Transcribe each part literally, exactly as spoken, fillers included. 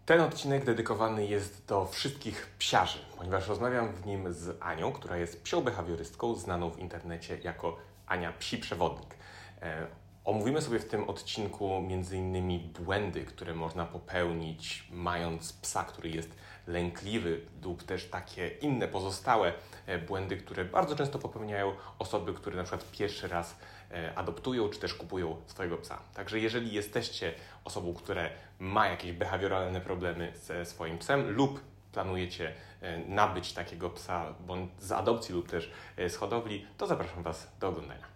Ten odcinek dedykowany jest do wszystkich psiarzy, ponieważ rozmawiam w nim z Anią, która jest psią behawiorystką, znaną w internecie jako Ania Psi Przewodnik. E, omówimy sobie w tym odcinku między innymi błędy, które można popełnić, mając psa, który jest lękliwy, lub też takie inne pozostałe błędy, które bardzo często popełniają osoby, które na przykład pierwszy raz adoptują, czy też kupują swojego psa. Także jeżeli jesteście osobą, która ma jakieś behawioralne problemy ze swoim psem lub planujecie nabyć takiego psa bądź z adopcji lub też z hodowli, to zapraszam Was do oglądania.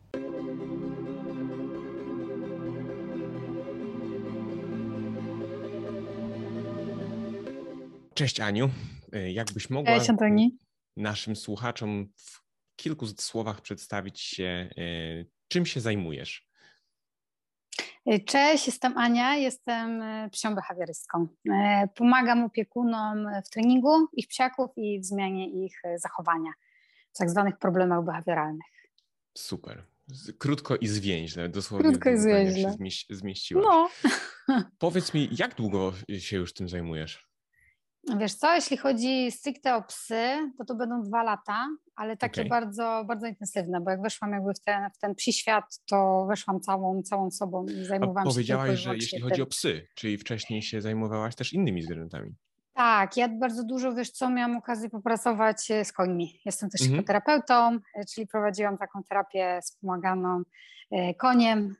Cześć Aniu, jakbyś mogła Cześć Antoni. naszym słuchaczom w kilku słowach przedstawić się, czym się zajmujesz? Cześć, jestem Ania, jestem psią behawiorystką. Pomagam opiekunom w treningu ich psiaków i w zmianie ich zachowania, w tak zwanych problemach behawioralnych. Super. Krótko i zwięźle, dosłownie Krótko i zwięźle. się zmieś- zmieściłaś. No. Powiedz mi, jak długo się już tym zajmujesz? Wiesz co, jeśli chodzi stricte o psy, to to będą dwa lata, ale takie Okay. bardzo, bardzo intensywne, bo jak weszłam jakby w ten, w ten psi świat, to weszłam całą, całą sobą i zajmowałam A się powiedziałaś, tylko i że jeśli tym. chodzi o psy, czyli wcześniej się zajmowałaś też innymi zwierzętami. Tak, ja bardzo dużo, wiesz co, miałam okazję popracować z końmi. Jestem też Mhm. hipoterapeutą, czyli prowadziłam taką terapię wspomaganą koniem,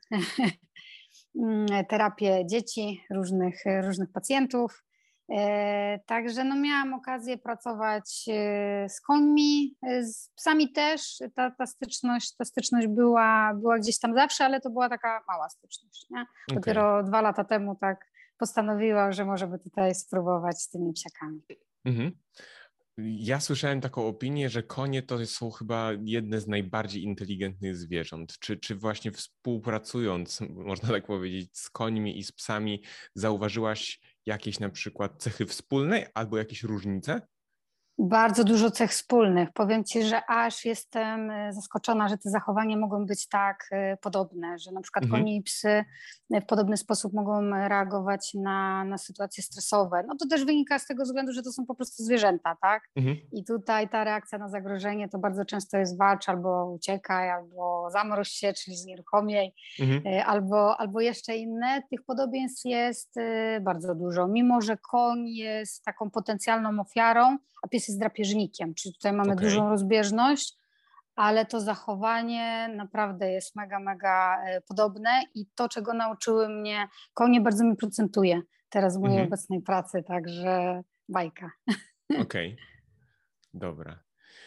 terapię dzieci, różnych, różnych pacjentów. Także no miałam okazję pracować z końmi, z psami też. Ta, ta, styczność, ta styczność była, była gdzieś tam zawsze, ale to była taka mała styczność. Nie? Dopiero okay. dwa lata temu tak postanowiłam, że może by tutaj spróbować z tymi psiakami. Mhm. Ja słyszałem taką opinię, że konie to są chyba jedne z najbardziej inteligentnych zwierząt. Czy, czy właśnie współpracując, można tak powiedzieć, z końmi i z psami, zauważyłaś jakieś na przykład cechy wspólne albo jakieś różnice? Bardzo dużo cech wspólnych. Powiem Ci, że aż jestem zaskoczona, że te zachowania mogą być tak podobne, że na przykład mhm. konie i psy w podobny sposób mogą reagować na, na sytuacje stresowe. No to też wynika z tego względu, że to są po prostu zwierzęta, tak? Mhm. I tutaj ta reakcja na zagrożenie to bardzo często jest walcz, albo uciekaj, albo zamroź się, czyli znieruchomiej, mhm. albo, albo jeszcze inne. Tych podobieństw jest bardzo dużo, mimo że koń jest taką potencjalną ofiarą, a pies jest drapieżnikiem, czyli tutaj mamy okay. dużą rozbieżność, ale to zachowanie naprawdę jest mega, mega podobne i to, czego nauczyły mnie konie, bardzo mi procentuje teraz w mojej mm-hmm. obecnej pracy, także bajka. Okej, okay. Dobra.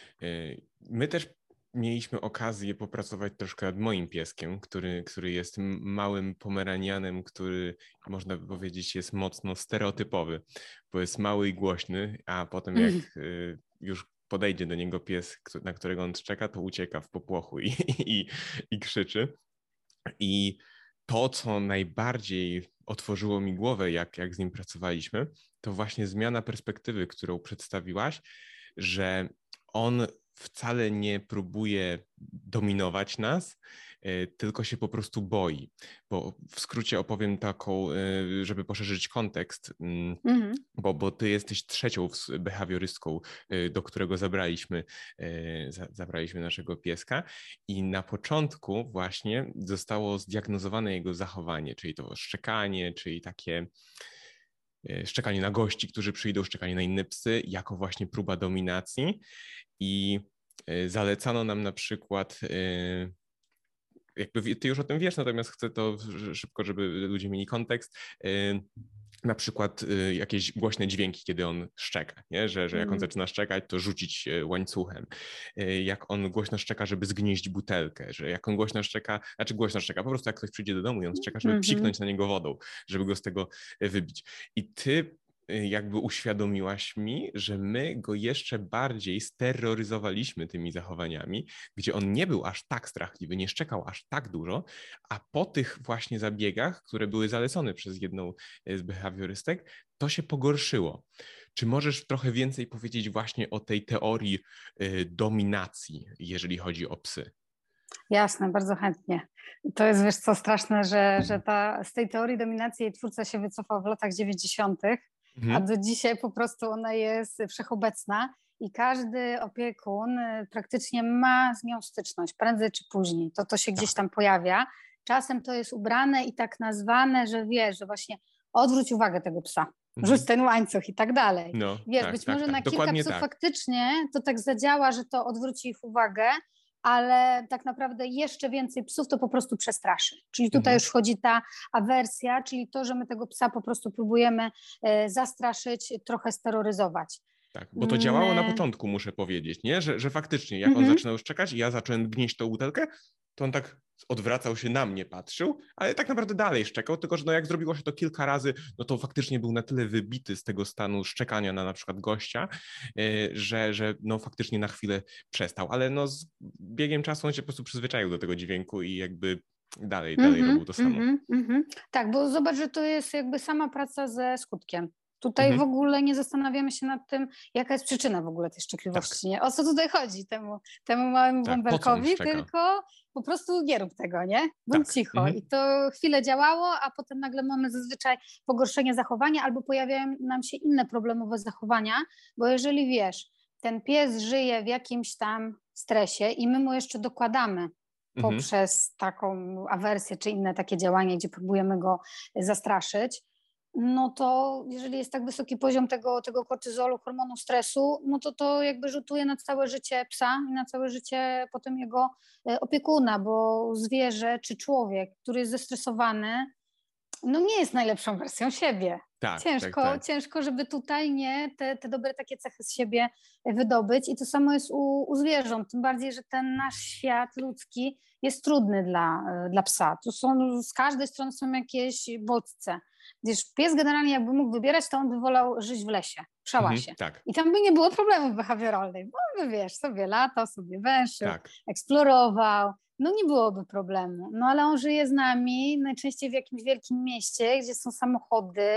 My też mieliśmy okazję popracować troszkę nad moim pieskiem, który, który jest małym pomeranianem, który można by powiedzieć jest mocno stereotypowy, bo jest mały i głośny, a potem jak mm. już podejdzie do niego pies, na którego on czeka, to ucieka w popłochu i, i, i krzyczy. I to, co najbardziej otworzyło mi głowę, jak, jak z nim pracowaliśmy, to właśnie zmiana perspektywy, którą przedstawiłaś, że on wcale nie próbuje dominować nas, tylko się po prostu boi. Bo w skrócie opowiem taką, żeby poszerzyć kontekst, mm-hmm. bo, bo ty jesteś trzecią behawiorystką, do którego zabraliśmy, zabraliśmy naszego pieska i na początku właśnie zostało zdiagnozowane jego zachowanie, czyli to szczekanie, czyli takie szczekanie na gości, którzy przyjdą, szczekanie na inne psy, jako właśnie próba dominacji. I zalecano nam na przykład, jakby ty już o tym wiesz, natomiast chcę to szybko, żeby ludzie mieli kontekst, na przykład jakieś głośne dźwięki, kiedy on szczeka, nie? Że, że jak on zaczyna szczekać, to rzucić łańcuchem. Jak on głośno szczeka, żeby zgnieść butelkę, że jak on głośno szczeka, znaczy głośno szczeka, po prostu jak ktoś przyjdzie do domu i on szczeka, żeby mm-hmm. psiknąć na niego wodą, żeby go z tego wybić. I ty jakby uświadomiłaś mi, że my go jeszcze bardziej steroryzowaliśmy tymi zachowaniami, gdzie on nie był aż tak strachliwy, nie szczekał aż tak dużo, a po tych właśnie zabiegach, które były zalecone przez jedną z behawiorystek, to się pogorszyło. Czy możesz trochę więcej powiedzieć właśnie o tej teorii y, dominacji, jeżeli chodzi o psy? Jasne, bardzo chętnie. To jest, wiesz co, straszne, że, że ta, z tej teorii dominacji jej twórca się wycofał w latach dziewięćdziesiątych. mhm. a do dzisiaj po prostu ona jest wszechobecna i każdy opiekun praktycznie ma z nią styczność, prędzej czy później, to, to się gdzieś tam pojawia. Czasem to jest ubrane i tak nazwane, że wiesz, że właśnie odwróć uwagę tego psa, mhm. rzuć ten łańcuch i tak dalej. No, wiesz, tak, być tak, może tak. na Dokładnie kilka psów tak. faktycznie to tak zadziała, że to odwróci ich uwagę, ale tak naprawdę jeszcze więcej psów to po prostu przestraszy. Czyli tutaj mhm. już wchodzi ta awersja, czyli to, że my tego psa po prostu próbujemy e, zastraszyć, trochę steroryzować. Tak, bo to działało na początku, muszę powiedzieć, nie? Że, że faktycznie, jak on mm-hmm. zaczynał szczekać i ja zacząłem gnieść tą butelkę, to on tak odwracał się na mnie, patrzył, ale tak naprawdę dalej szczekał, tylko że no jak zrobiło się to kilka razy, no to faktycznie był na tyle wybity z tego stanu szczekania na na przykład gościa, że, że no faktycznie na chwilę przestał, ale no z biegiem czasu on się po prostu przyzwyczaił do tego dźwięku i jakby dalej, mm-hmm, dalej robił to samo. Mm-hmm, mm-hmm. Tak, bo zobacz, że to jest jakby sama praca ze skutkiem. Tutaj mhm. w ogóle nie zastanawiamy się nad tym, jaka jest przyczyna w ogóle tej szczekliwości. Tak. Nie? O co tutaj chodzi temu, temu małemu tak, bąbelkowi, tylko po prostu nie rób tego, nie? Bądź tak. cicho. Mhm. I to chwilę działało, a potem nagle mamy zazwyczaj pogorszenie zachowania albo pojawiają nam się inne problemowe zachowania, bo jeżeli wiesz, ten pies żyje w jakimś tam stresie i my mu jeszcze dokładamy mhm. poprzez taką awersję czy inne takie działanie, gdzie próbujemy go zastraszyć, no to jeżeli jest tak wysoki poziom tego, tego kortyzolu, hormonu stresu, no to to jakby rzutuje na całe życie psa i na całe życie potem jego opiekuna, bo zwierzę czy człowiek, który jest zestresowany, no nie jest najlepszą wersją siebie. Tak, ciężko, tak, tak. ciężko, żeby tutaj nie te, te dobre takie cechy z siebie wydobyć i to samo jest u, u zwierząt, tym bardziej, że ten nasz świat ludzki jest trudny dla, dla psa. Tu są, z każdej strony są jakieś bodźce. Wiesz, pies generalnie jakby mógł wybierać, to on by wolał żyć w lesie, w szałasie. Mhm, tak. I tam by nie było problemów behawioralnych, bo on by, wiesz, sobie latał, sobie węszył, tak. eksplorował, no nie byłoby problemu. No ale on żyje z nami, najczęściej w jakimś wielkim mieście, gdzie są samochody,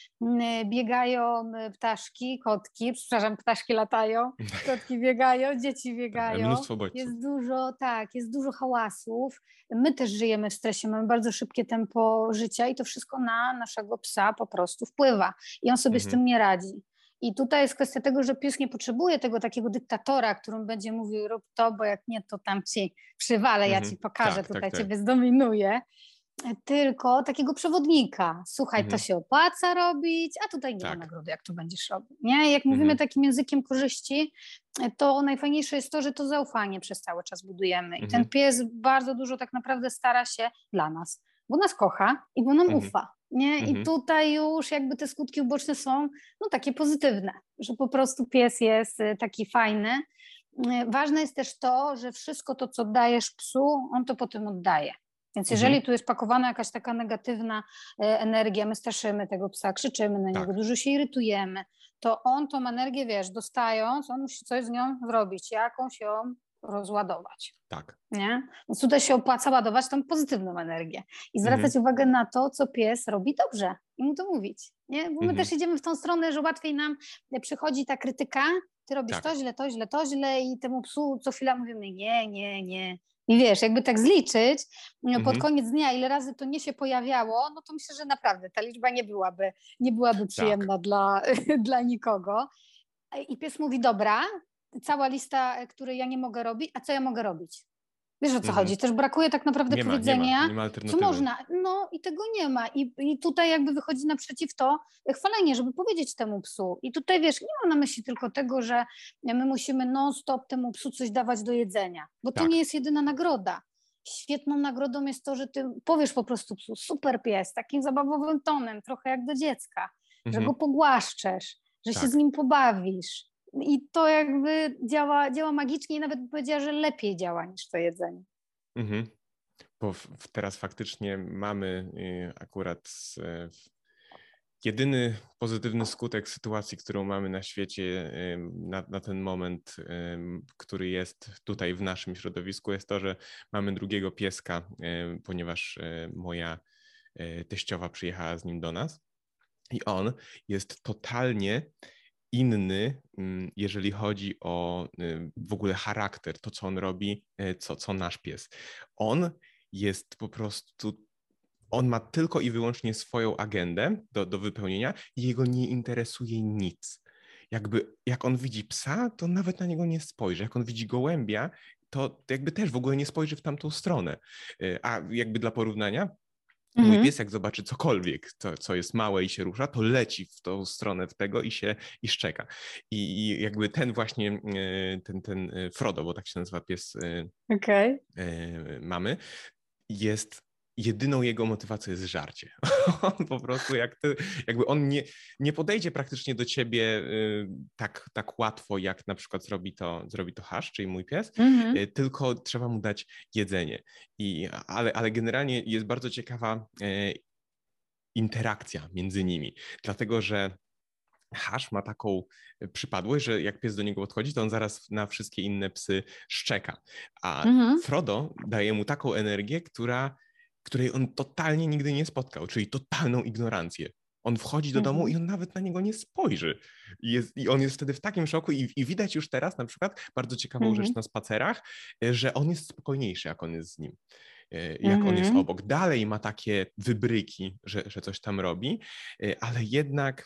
biegają ptaszki, kotki, przepraszam, ptaszki latają, kotki biegają, dzieci biegają. Mnóstwo bodźców. Jest dużo, tak, jest dużo hałasów. My też żyjemy w stresie, mamy bardzo szybkie tempo życia i to wszystko na naszego psa po prostu wpływa i on sobie mhm. z tym nie radzi. I tutaj jest kwestia tego, że pies nie potrzebuje tego takiego dyktatora, którym będzie mówił rób to, bo jak nie, to tam ci przywalę, mhm. ja ci pokażę, tak, tutaj tak, ciebie tak. zdominuję. Tylko takiego przewodnika. Słuchaj, mhm. to się opłaca robić, a tutaj nie tak. ma nagrody, jak to będziesz robił. Nie? Jak mówimy mhm. takim językiem korzyści, to najfajniejsze jest to, że to zaufanie przez cały czas budujemy. I mhm. ten pies bardzo dużo tak naprawdę stara się dla nas, bo nas kocha i bo nam mhm. ufa. Nie? Mhm. I tutaj już jakby te skutki uboczne są no, takie pozytywne, że po prostu pies jest taki fajny. Ważne jest też to, że wszystko to, co dajesz psu, on to potem oddaje. Więc jeżeli mhm. tu jest pakowana jakaś taka negatywna energia, my straszymy tego psa, krzyczymy na niego, tak. dużo się irytujemy, to on tą energię, wiesz, dostając, on musi coś z nią zrobić, jakąś ją rozładować. Tak. Nie? Więc tutaj się opłaca ładować tą pozytywną energię i zwracać mhm. uwagę na to, co pies robi dobrze i mu to mówić. Nie? Bo my mhm. też idziemy w tą stronę, że łatwiej nam przychodzi ta krytyka, ty robisz tak. to źle, to źle, to źle i temu psu co chwila mówimy nie, nie, nie. I wiesz, jakby tak zliczyć mhm. pod koniec dnia, ile razy to nie się pojawiało, no to myślę, że naprawdę ta liczba nie byłaby, nie byłaby przyjemna tak. dla, dla nikogo. I pies mówi, dobra, cała lista, której ja nie mogę robić, a co ja mogę robić? Wiesz, o co mhm. chodzi? Też brakuje tak naprawdę nie powiedzenia, ma, nie ma, nie ma co można. No i tego nie ma. I, I tutaj jakby wychodzi naprzeciw to chwalenie, żeby powiedzieć temu psu. I tutaj wiesz, nie mam na myśli tylko tego, że my musimy non-stop temu psu coś dawać do jedzenia, bo tak. to nie jest jedyna nagroda. Świetną nagrodą jest to, że ty powiesz po prostu psu, super pies, takim zabawowym tonem, trochę jak do dziecka, mhm. że go pogłaszczesz, że tak. się z nim pobawisz. I to jakby działa, działa magicznie i nawet bym powiedziała, że lepiej działa niż to jedzenie. Mhm. Bo w, teraz faktycznie mamy y, akurat y, jedyny pozytywny skutek sytuacji, którą mamy na świecie y, na, na ten moment, y, który jest tutaj w naszym środowisku, jest to, że mamy drugiego pieska, y, ponieważ y, moja y, teściowa przyjechała z nim do nas i on jest totalnie inny, jeżeli chodzi o w ogóle charakter, to co on robi, co, co nasz pies. On jest po prostu on ma tylko i wyłącznie swoją agendę do, do wypełnienia i jego nie interesuje nic. Jakby jak on widzi psa, to nawet na niego nie spojrzy. Jak on widzi gołębia, to jakby też w ogóle nie spojrzy w tamtą stronę. A jakby dla porównania, mój Mhm. pies jak zobaczy cokolwiek, co, co jest małe i się rusza, to leci w tą stronę w tego i się i szczeka. I, i jakby ten właśnie, ten, ten Frodo, bo tak się nazywa pies okay. mamy, jest jedyną jego motywacją jest żarcie. On po prostu jak ty, jakby on nie, nie podejdzie praktycznie do ciebie y, tak, tak łatwo, jak na przykład zrobi to, zrobi to Hasz, czyli mój pies, mm-hmm. y, tylko trzeba mu dać jedzenie. I, ale, ale generalnie jest bardzo ciekawa y, interakcja między nimi, dlatego że Hasz ma taką przypadłość, że jak pies do niego podchodzi, to on zaraz na wszystkie inne psy szczeka. A mm-hmm. Frodo daje mu taką energię, która której on totalnie nigdy nie spotkał, czyli totalną ignorancję. On wchodzi do domu mm-hmm. i on nawet na niego nie spojrzy. I, jest, i on jest wtedy w takim szoku i, i widać już teraz na przykład bardzo ciekawą mm-hmm. rzecz na spacerach, że on jest spokojniejszy, jak on jest z nim. Jak mm-hmm. on jest obok. Dalej ma takie wybryki, że, że coś tam robi, ale jednak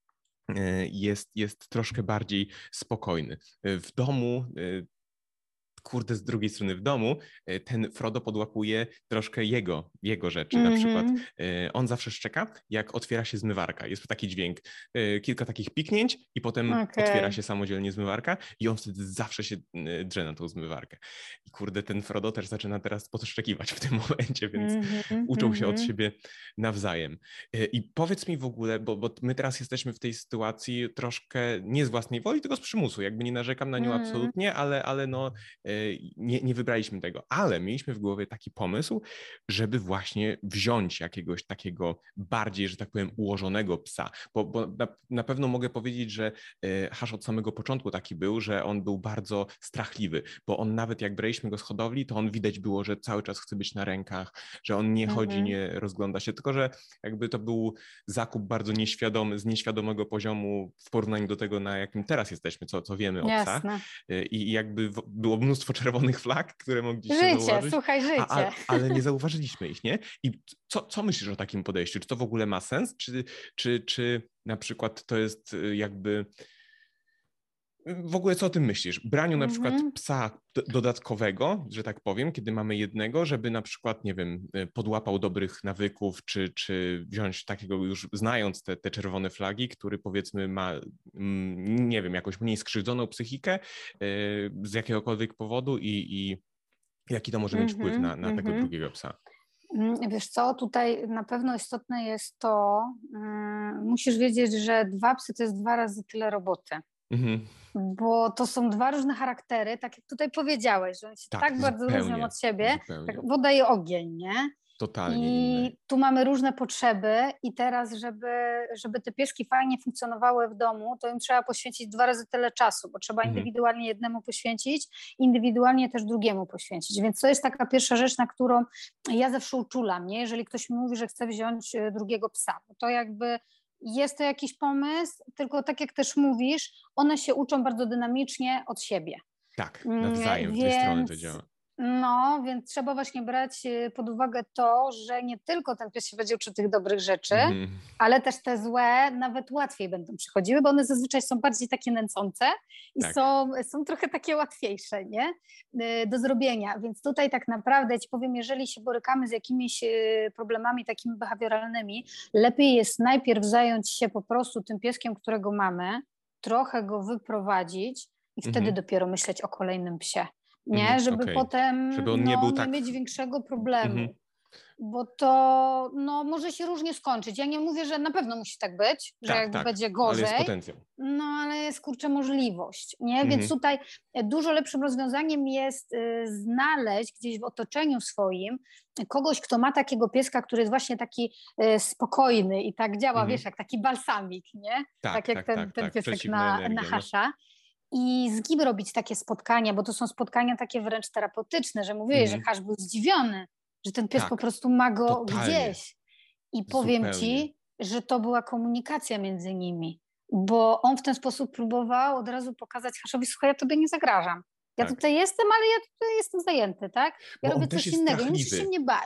jest, jest troszkę bardziej spokojny. W domu kurde, z drugiej strony w domu, ten Frodo podłapuje troszkę jego, jego rzeczy. Mm-hmm. Na przykład on zawsze szczeka, jak otwiera się zmywarka. Jest taki dźwięk, kilka takich piknięć i potem okay. otwiera się samodzielnie zmywarka i on wtedy zawsze się drze na tą zmywarkę. I kurde, ten Frodo też zaczyna teraz podszczekiwać w tym momencie, więc mm-hmm. uczą się od siebie nawzajem. I powiedz mi w ogóle, bo, bo my teraz jesteśmy w tej sytuacji troszkę nie z własnej woli, tylko z przymusu. Jakby nie narzekam na nią mm. absolutnie, ale, ale no Nie, nie wybraliśmy tego, ale mieliśmy w głowie taki pomysł, żeby właśnie wziąć jakiegoś takiego bardziej, że tak powiem, ułożonego psa, bo, bo na, na pewno mogę powiedzieć, że Hasz od samego początku taki był, że on był bardzo strachliwy, bo on nawet jak braliśmy go z hodowli, to on widać było, że cały czas chce być na rękach, że on nie chodzi, mhm. nie rozgląda się, tylko że jakby to był zakup bardzo nieświadomy, z nieświadomego poziomu w porównaniu do tego, na jakim teraz jesteśmy, co, co wiemy o psach. I, i jakby było mnóstwo czerwonych flag, które mogliśmy życie, zauważyć. Życie, słuchaj, życie. A, a, ale nie zauważyliśmy ich, nie? I co, co myślisz o takim podejściu? Czy to w ogóle ma sens? Czy, czy, czy na przykład to jest jakby... W ogóle co o tym myślisz? Braniu na przykład mm-hmm. psa do, dodatkowego, że tak powiem, kiedy mamy jednego, żeby na przykład, nie wiem, podłapał dobrych nawyków, czy, czy wziąć takiego już znając te, te czerwone flagi, który powiedzmy ma, nie wiem, jakąś mniej skrzywdzoną psychikę z jakiegokolwiek powodu i, i jaki to może mieć mm-hmm. wpływ na, na mm-hmm. tego drugiego psa? Wiesz co, tutaj na pewno istotne jest to, um, musisz wiedzieć, że dwa psy to jest dwa razy tyle roboty. Mhm. Bo to są dwa różne charaktery, tak jak tutaj powiedziałeś, że oni się tak, tak bardzo różnią od siebie, tak woda i ogień, nie? Totalnie I inne. tu mamy różne potrzeby i teraz, żeby, żeby te pieski fajnie funkcjonowały w domu, to im trzeba poświęcić dwa razy tyle czasu, bo trzeba mhm. indywidualnie jednemu poświęcić, indywidualnie też drugiemu poświęcić. Więc to jest taka pierwsza rzecz, na którą ja zawsze uczulam, nie? Jeżeli ktoś mi mówi, że chce wziąć drugiego psa, bo to jakby jest to jakiś pomysł, tylko tak jak też mówisz, one się uczą bardzo dynamicznie od siebie. Tak, nawzajem, w dwie strony to działa. No, więc trzeba właśnie brać pod uwagę to, że nie tylko ten pies się będzie uczył tych dobrych rzeczy, mm. ale też te złe nawet łatwiej będą przychodziły, bo one zazwyczaj są bardziej takie nęcące i tak. są, są trochę takie łatwiejsze, nie? Do zrobienia. Więc tutaj tak naprawdę, ja ci powiem, jeżeli się borykamy z jakimiś problemami takimi behawioralnymi, lepiej jest najpierw zająć się po prostu tym pieskiem, którego mamy, trochę go wyprowadzić i wtedy mm-hmm. dopiero myśleć o kolejnym psie. Nie, mm, żeby okay. potem żeby on nie, no, był tak... nie mieć większego problemu, mm-hmm. bo to no, może się różnie skończyć. Ja nie mówię, że na pewno musi tak być, że tak, jakby tak, będzie gorzej, ale jest potencjał. No ale jest kurczę możliwość, nie? Mm-hmm. Więc tutaj dużo lepszym rozwiązaniem jest y, znaleźć gdzieś w otoczeniu swoim kogoś, kto ma takiego pieska, który jest właśnie taki y, spokojny i tak działa, mm-hmm. wiesz, jak taki balsamik, nie? Tak, tak jak tak, ten, tak, ten tak, piesek na, energia, na Hasza. No. I z kim robić takie spotkania, bo to są spotkania takie wręcz terapeutyczne, że mówiłeś, mm. że Hasz był zdziwiony, że ten pies tak, po prostu ma go totalnie. Gdzieś. I powiem Zupełnie. Ci, że to była komunikacja między nimi, bo on w ten sposób próbował od razu pokazać Haszowi, słuchaj, ja tobie nie zagrażam. Ja tak. tutaj jestem, ale ja tutaj jestem zajęty, tak? Ja bo robię coś innego, nie musisz się mnie bać.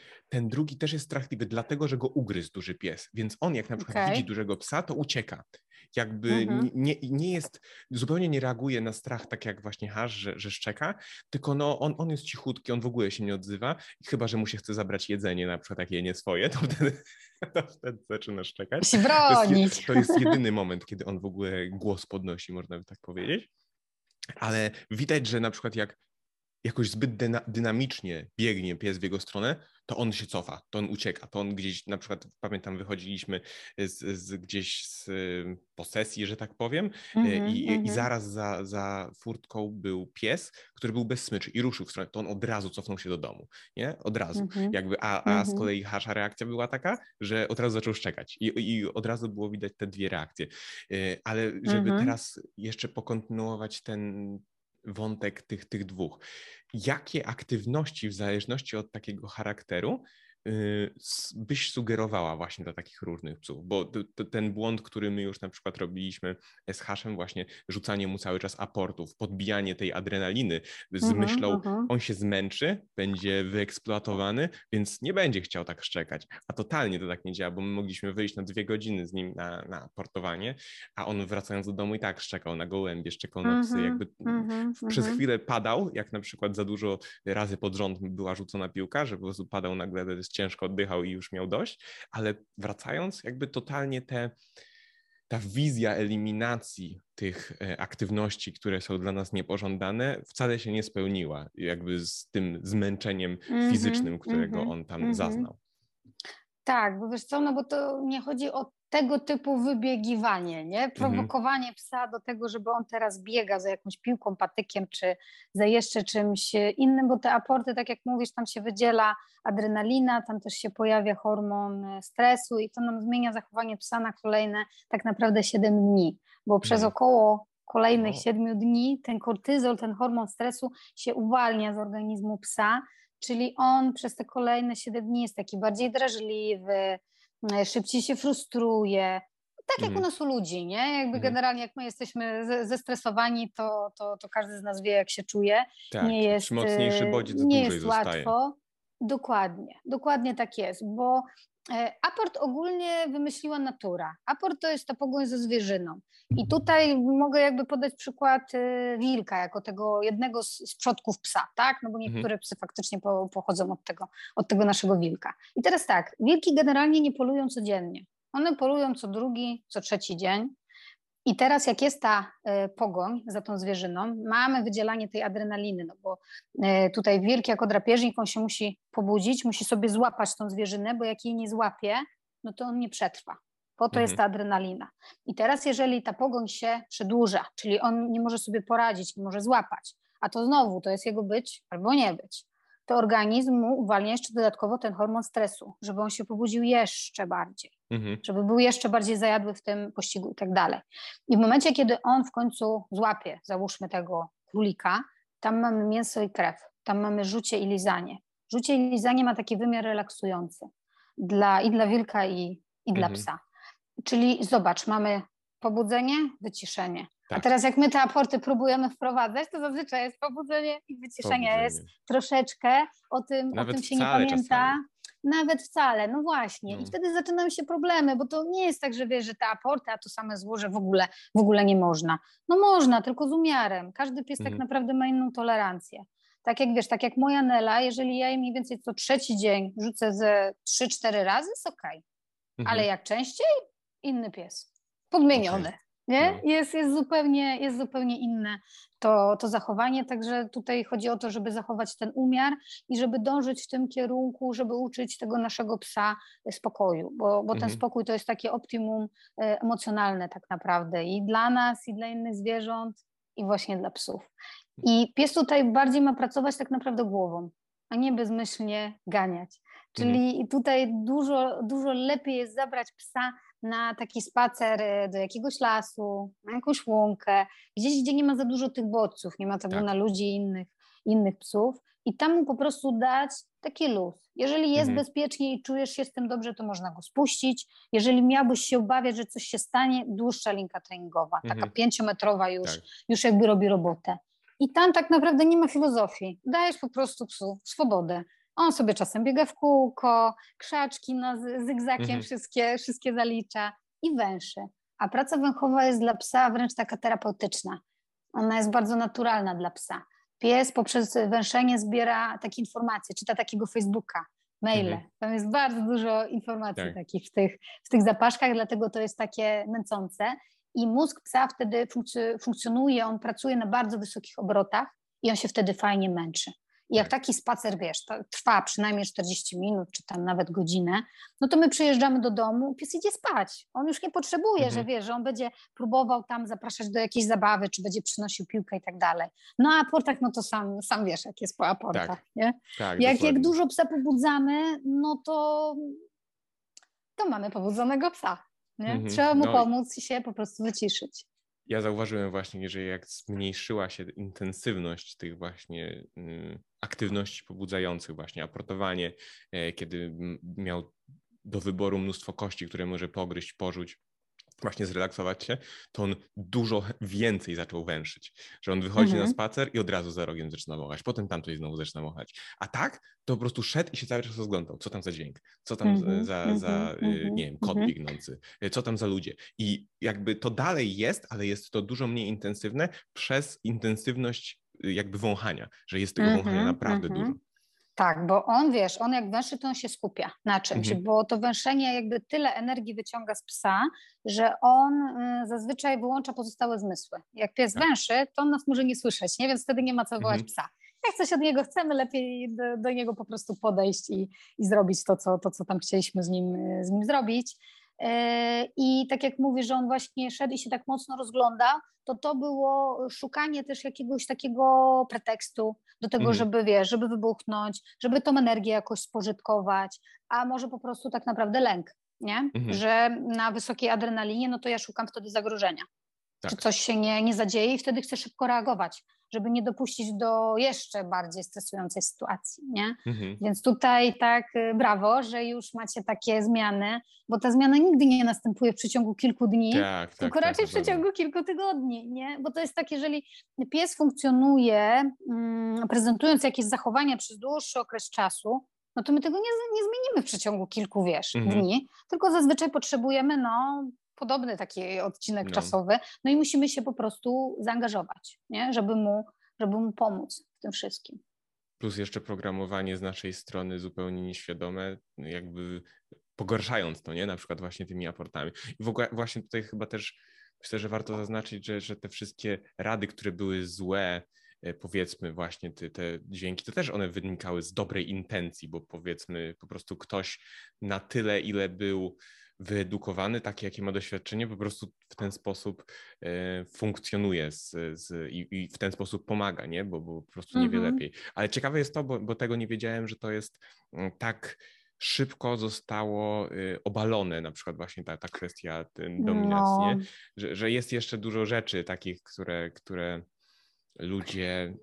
Ten drugi też jest strachliwy, dlatego że go ugryzł duży pies, więc on jak na przykład Okay. widzi dużego psa, to ucieka. Jakby Mhm. nie, nie jest, zupełnie nie reaguje na strach tak jak właśnie Hasz, że, że szczeka, tylko no on, on jest cichutki, on w ogóle się nie odzywa, chyba że mu się chce zabrać jedzenie, na przykład jak je nie swoje, to wtedy, to wtedy zaczyna szczekać. Musi bronić. To jest, to jest jedyny moment, kiedy on w ogóle głos podnosi, można by tak powiedzieć. Ale widać, że na przykład jak jakoś zbyt dyna, dynamicznie biegnie pies w jego stronę, to on się cofa, to on ucieka, to on gdzieś, na przykład pamiętam, wychodziliśmy z, z gdzieś z posesji, że tak powiem, mm-hmm, i, mm-hmm. i zaraz za, za furtką był pies, który był bez smyczy i ruszył w stronę, to on od razu cofnął się do domu, nie? Od razu. Mm-hmm. Jakby, a, a z kolei Hasza reakcja była taka, że od razu zaczął szczekać i, i od razu było widać te dwie reakcje. Ale żeby mm-hmm. teraz jeszcze pokontynuować ten wątek tych, tych dwóch. Jakie aktywności w zależności od takiego charakteru yy, byś sugerowała właśnie dla takich różnych psów? Bo to, to, ten błąd, który my już na przykład robiliśmy z Haszem, właśnie rzucanie mu cały czas aportów, podbijanie tej adrenaliny z uh-huh, myślą, uh-huh. on się zmęczy, będzie wyeksploatowany, więc nie będzie chciał tak szczekać. A totalnie to tak nie działa, bo my mogliśmy wyjść na dwie godziny z nim na, na aportowanie, a on wracając do domu i tak szczekał na gołębie, szczekał na psy, uh-huh, jakby uh-huh, przez uh-huh. chwilę padał, jak na przykład za dużo razy pod rząd była rzucona piłka, że po prostu padał nagle, ciężko oddychał i już miał dość, ale wracając, jakby totalnie te, ta wizja eliminacji tych aktywności, które są dla nas niepożądane, wcale się nie spełniła, jakby z tym zmęczeniem mm-hmm, fizycznym, którego mm-hmm, on tam mm-hmm. zaznał. Tak, bo wiesz co, no bo to nie chodzi o tego typu wybiegiwanie, nie? Prowokowanie mm-hmm. psa do tego, żeby on teraz biega za jakąś piłką, patykiem, czy za jeszcze czymś innym, bo te aporty, tak jak mówisz, tam się wydziela adrenalina, tam też się pojawia hormon stresu i to nam zmienia zachowanie psa na kolejne tak naprawdę siedem dni, bo przez mm. około kolejnych siedmiu dni ten kortyzol, ten hormon stresu się uwalnia z organizmu psa, czyli on przez te kolejne siedem dni jest taki bardziej drażliwy, szybciej się frustruje, tak jak mm. u nas u ludzi, nie? Jakby mm. generalnie jak my jesteśmy zestresowani, to, to, to każdy z nas wie, jak się czuje. Tak, nie jest, mocniejszy bodziec nie dłużej jest zostaje. łatwo. Dokładnie, dokładnie tak jest, bo aport ogólnie wymyśliła natura. Aport to jest ta pogoń ze zwierzyną. I tutaj mogę jakby podać przykład wilka jako tego jednego z przodków psa, tak? No bo niektóre mhm. psy faktycznie po, pochodzą od tego, od tego naszego wilka. I teraz tak, wilki generalnie nie polują codziennie. One polują co drugi, co trzeci dzień. I teraz jak jest ta y, pogoń za tą zwierzyną, mamy wydzielanie tej adrenaliny, no bo y, tutaj wilk jako drapieżnik, on się musi pobudzić, musi sobie złapać tą zwierzynę, bo jak jej nie złapie, no to on nie przetrwa. Po to mhm. jest ta adrenalina. I teraz jeżeli ta pogoń się przedłuża, czyli on nie może sobie poradzić, nie może złapać, a to znowu to jest jego być albo nie być, to organizm mu uwalnia jeszcze dodatkowo ten hormon stresu, żeby on się pobudził jeszcze bardziej, mhm. żeby był jeszcze bardziej zajadły w tym pościgu i tak dalej. I w momencie, kiedy on w końcu złapie, załóżmy tego królika, tam mamy mięso i krew, tam mamy rzucie i lizanie. Rzucie i lizanie ma taki wymiar relaksujący dla, i dla wilka, i, i dla mhm. psa. Czyli zobacz, mamy pobudzenie, wyciszenie. Tak. A teraz jak my te aporty próbujemy wprowadzać, to zazwyczaj jest pobudzenie i wyciszenie pobudzenie. Jest troszeczkę, o tym, o tym się nie pamięta. Czasami. Nawet wcale, no właśnie. No. I wtedy zaczynają się problemy, bo to nie jest tak, że wiesz, że te aporty, a to same złoże w ogóle, w ogóle nie można. No można, tylko z umiarem. Każdy pies mhm. tak naprawdę ma inną tolerancję. Tak jak wiesz, tak jak moja Nela, jeżeli ja jej mniej więcej co trzeci dzień rzucę ze trzy cztery razy, jest okej. Okay. Mhm. Ale jak częściej, inny pies. Podmieniony. Okay. Nie? No. Jest, jest, zupełnie, jest zupełnie inne to, to zachowanie, także tutaj chodzi o to, żeby zachować ten umiar i żeby dążyć w tym kierunku, żeby uczyć tego naszego psa spokoju, bo, bo mhm. ten spokój to jest takie optimum emocjonalne tak naprawdę i dla nas, i dla innych zwierząt, i właśnie dla psów. I pies tutaj bardziej ma pracować tak naprawdę głową, a nie bezmyślnie ganiać. Czyli mhm. tutaj dużo, dużo lepiej jest zabrać psa na taki spacer do jakiegoś lasu, na jakąś łąkę, gdzieś, gdzie nie ma za dużo tych bodźców, nie ma tabu tak. na ludzi i innych, innych psów i tam mu po prostu dać taki luz. Jeżeli jest mhm. bezpiecznie i czujesz się z tym dobrze, to można go spuścić. Jeżeli miałbyś się obawiać, że coś się stanie, dłuższa linka treningowa, mhm. taka pięciometrowa już, tak. już jakby robi robotę. I tam tak naprawdę nie ma filozofii. Dajesz po prostu psu swobodę. On sobie czasem biega w kółko, krzaczki na zygzakiem mhm. wszystkie, wszystkie zalicza i węszy. A praca węchowa jest dla psa wręcz taka terapeutyczna. Ona jest bardzo naturalna dla psa. Pies poprzez węszenie zbiera takie informacje, czyta takiego Facebooka, maile. Mhm. Tam jest bardzo dużo informacji tak. takich w tych, w tych zapaszkach, dlatego to jest takie męcące. I mózg psa wtedy funkcjonuje, on pracuje na bardzo wysokich obrotach i on się wtedy fajnie męczy. I jak taki spacer, wiesz, to trwa przynajmniej czterdzieści minut, czy tam nawet godzinę, no to my przyjeżdżamy do domu, pies idzie spać. On już nie potrzebuje, mhm. że wiesz, że on będzie próbował tam zapraszać do jakiejś zabawy, czy będzie przynosił piłkę i tak dalej. No a aportach, no to sam, sam wiesz, jak jest po aportach, tak. nie? Tak, jak, jak dużo psa pobudzamy, no to, to mamy pobudzonego psa, nie? Mhm. Trzeba mu no. pomóc się po prostu wyciszyć. Ja zauważyłem właśnie, że jak zmniejszyła się intensywność tych właśnie y, aktywności pobudzających, właśnie aportowanie, y, kiedy miał do wyboru mnóstwo kości, które może pogryźć, porzuć, właśnie zrelaksować się, to on dużo więcej zaczął węszyć. Że on wychodzi mhm. na spacer i od razu za rogiem zaczyna mochać, potem tamtoj znowu zaczyna mochać. A tak, to po prostu szedł i się cały czas rozglądał, co tam za dźwięk, co tam mhm. za, za y, nie wiem, kot mhm. biegnący, y, co tam za ludzie. I jakby to dalej jest, ale jest to dużo mniej intensywne przez intensywność y, jakby wąchania, że jest tego mhm. wąchania naprawdę mhm. dużo. Tak, bo on, wiesz, on jak węszy, to on się skupia na czymś, mhm. bo to węszenie jakby tyle energii wyciąga z psa, że on y, zazwyczaj wyłącza pozostałe zmysły. Jak pies tak. węszy, to on nas może nie słyszeć, nie? Więc wtedy nie ma co wołać mhm. psa. Jak coś od niego chcemy, lepiej do, do niego po prostu podejść i, i zrobić to co, to, co tam chcieliśmy z nim, z nim zrobić. I tak jak mówisz, że on właśnie szedł i się tak mocno rozgląda, to to było szukanie też jakiegoś takiego pretekstu do tego, mhm. żeby, wiesz, żeby wybuchnąć, żeby tą energię jakoś spożytkować, a może po prostu tak naprawdę lęk, nie? Mhm. Że na wysokiej adrenalinie, no to ja szukam wtedy zagrożenia. Tak. Czy coś się nie, nie zadzieje i wtedy chcę szybko reagować, żeby nie dopuścić do jeszcze bardziej stresującej sytuacji, nie? Mhm. Więc tutaj tak brawo, że już macie takie zmiany, bo ta zmiana nigdy nie następuje w przeciągu kilku dni, tak, tylko tak, raczej tak, w przeciągu tak. kilku tygodni, nie? Bo to jest tak, jeżeli pies funkcjonuje, mm, prezentując jakieś zachowania przez dłuższy okres czasu, no to my tego nie, nie zmienimy w przeciągu kilku, wiesz, mhm. dni, tylko zazwyczaj potrzebujemy, no, podobny taki odcinek no. czasowy, no i musimy się po prostu zaangażować, nie? Żeby mu, żeby mu pomóc w tym wszystkim. Plus jeszcze programowanie z naszej strony zupełnie nieświadome, jakby pogarszając to, nie? Na przykład właśnie tymi aportami. I w ogóle właśnie tutaj chyba też myślę, że warto zaznaczyć, że, że te wszystkie rady, które były złe, powiedzmy właśnie te, te dźwięki, to też one wynikały z dobrej intencji, bo powiedzmy po prostu ktoś na tyle, ile był wyedukowany, takie jakie ma doświadczenie, po prostu w ten sposób e, funkcjonuje z, z, i, i w ten sposób pomaga, nie? Bo, bo po prostu nie wie mm-hmm. lepiej. Ale ciekawe jest to, bo, bo tego nie wiedziałem, że to jest tak szybko zostało y, obalone, na przykład właśnie ta, ta kwestia tym, dominacji, no. że, że jest jeszcze dużo rzeczy takich, które, które ludzie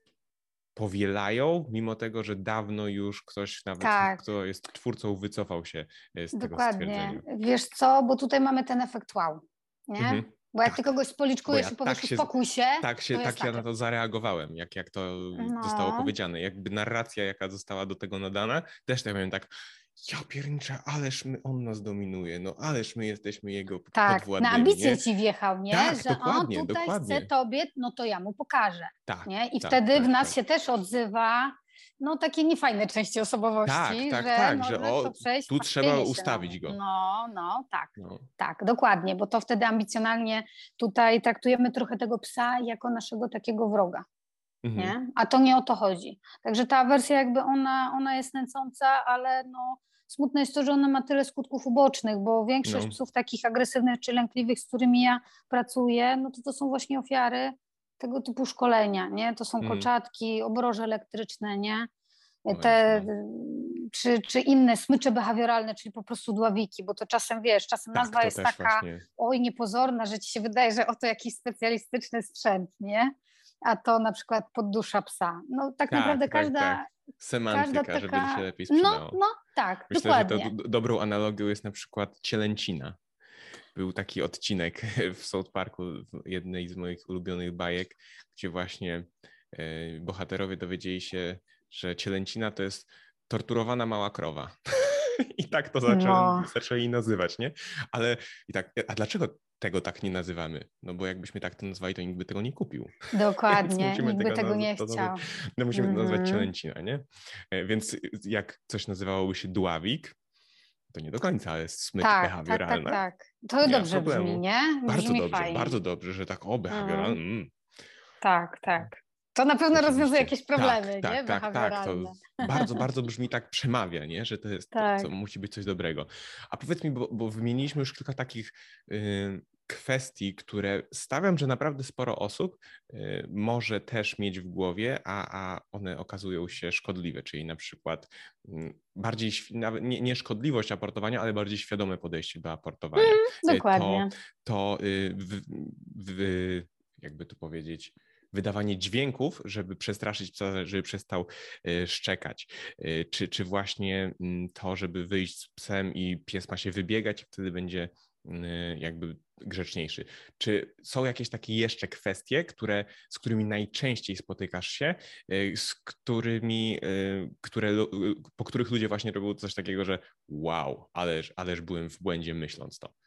powielają, mimo tego, że dawno już ktoś nawet, tak. kto jest twórcą, wycofał się z Dokładnie. tego stwierdzenia. Wiesz co, bo tutaj mamy ten efekt wow, nie? Mhm. Bo jak tak. ty kogoś spoliczkujesz ja i powiesz, tak uspokój się, tak się, to tak ja na to zareagowałem, jak, jak to no. zostało powiedziane. Jakby narracja, jaka została do tego nadana, też tak powiem tak, ja pierniczę, ależ my, on nas dominuje, no ależ my jesteśmy jego tak, podwładnymi. Na ambicje nie? ci wjechał, nie? Tak, że dokładnie, on tutaj dokładnie. chce tobie, no to ja mu pokażę. Tak, nie? I tak, wtedy tak, w nas tak. się też odzywa no takie niefajne części osobowości, tak, tak, że tak, może że o, to przejść. Tu trzeba ustawić go. No, no, tak, no. tak, dokładnie, bo to wtedy ambicjonalnie tutaj traktujemy trochę tego psa jako naszego takiego wroga. Mhm. Nie? A to nie o to chodzi. Także ta wersja jakby ona, ona jest nęcąca, ale no smutne jest to, że ona ma tyle skutków ubocznych, bo większość no. psów takich agresywnych czy lękliwych, z którymi ja pracuję, no to to są właśnie ofiary tego typu szkolenia, nie? To są mm. kolczatki, obroże elektryczne, nie? Te, czy, czy inne smycze behawioralne, czyli po prostu dławiki, bo to czasem, wiesz, czasem tak, nazwa jest taka właśnie. oj, niepozorna, że ci się wydaje, że oto jakiś specjalistyczny sprzęt, nie? A to na przykład poddusza psa. No tak, tak naprawdę tak, każda... Tak. Semantyka, taka... żeby się lepiej sprzedało. No, no tak, Myślę, dokładnie. że to do, dobrą analogią jest na przykład cielęcina. Był taki odcinek w South Parku, w jednej z moich ulubionych bajek, gdzie właśnie e, bohaterowie dowiedzieli się, że cielęcina to jest torturowana mała krowa. I tak to zaczęli, no. zaczęli nazywać, nie? Ale i tak, a dlaczego tego tak nie nazywamy? No bo jakbyśmy tak to nazwali, to nikt by tego nie kupił. Dokładnie, nikt by tego, tego nie to, chciał. No musimy mm-hmm. to nazwać cielęcina, nie? Więc jak coś nazywałoby się dławik, to nie do końca, ale smycz tak, behawioralna. Tak, tak, tak. To nie dobrze brzmi, nie? Bardzo brzmi dobrze, fajnie. bardzo dobrze, że tak, o, behawioralny. Mm. Mm. Tak, tak. To na pewno Oczywiście. rozwiązuje jakieś problemy, tak, nie? Tak, tak, tak. To bardzo, bardzo brzmi tak przemawia, nie? Że to jest, tak. to, co musi być coś dobrego. A powiedz mi, bo, bo wymieniliśmy już kilka takich y, kwestii, które stawiam, że naprawdę sporo osób y, może też mieć w głowie, a, a one okazują się szkodliwe, czyli na przykład y, bardziej, nawet nie, nie szkodliwość aportowania, ale bardziej świadome podejście do aportowania. Mm, dokładnie. To, to y, w, w, jakby to powiedzieć, wydawanie dźwięków, żeby przestraszyć psa, żeby przestał szczekać, czy, czy właśnie to, żeby wyjść z psem i pies ma się wybiegać, wtedy będzie jakby grzeczniejszy. Czy są jakieś takie jeszcze kwestie, które, z którymi najczęściej spotykasz się, z którymi, które, po których ludzie właśnie robią coś takiego, że wow, ależ, ależ byłem w błędzie myśląc to?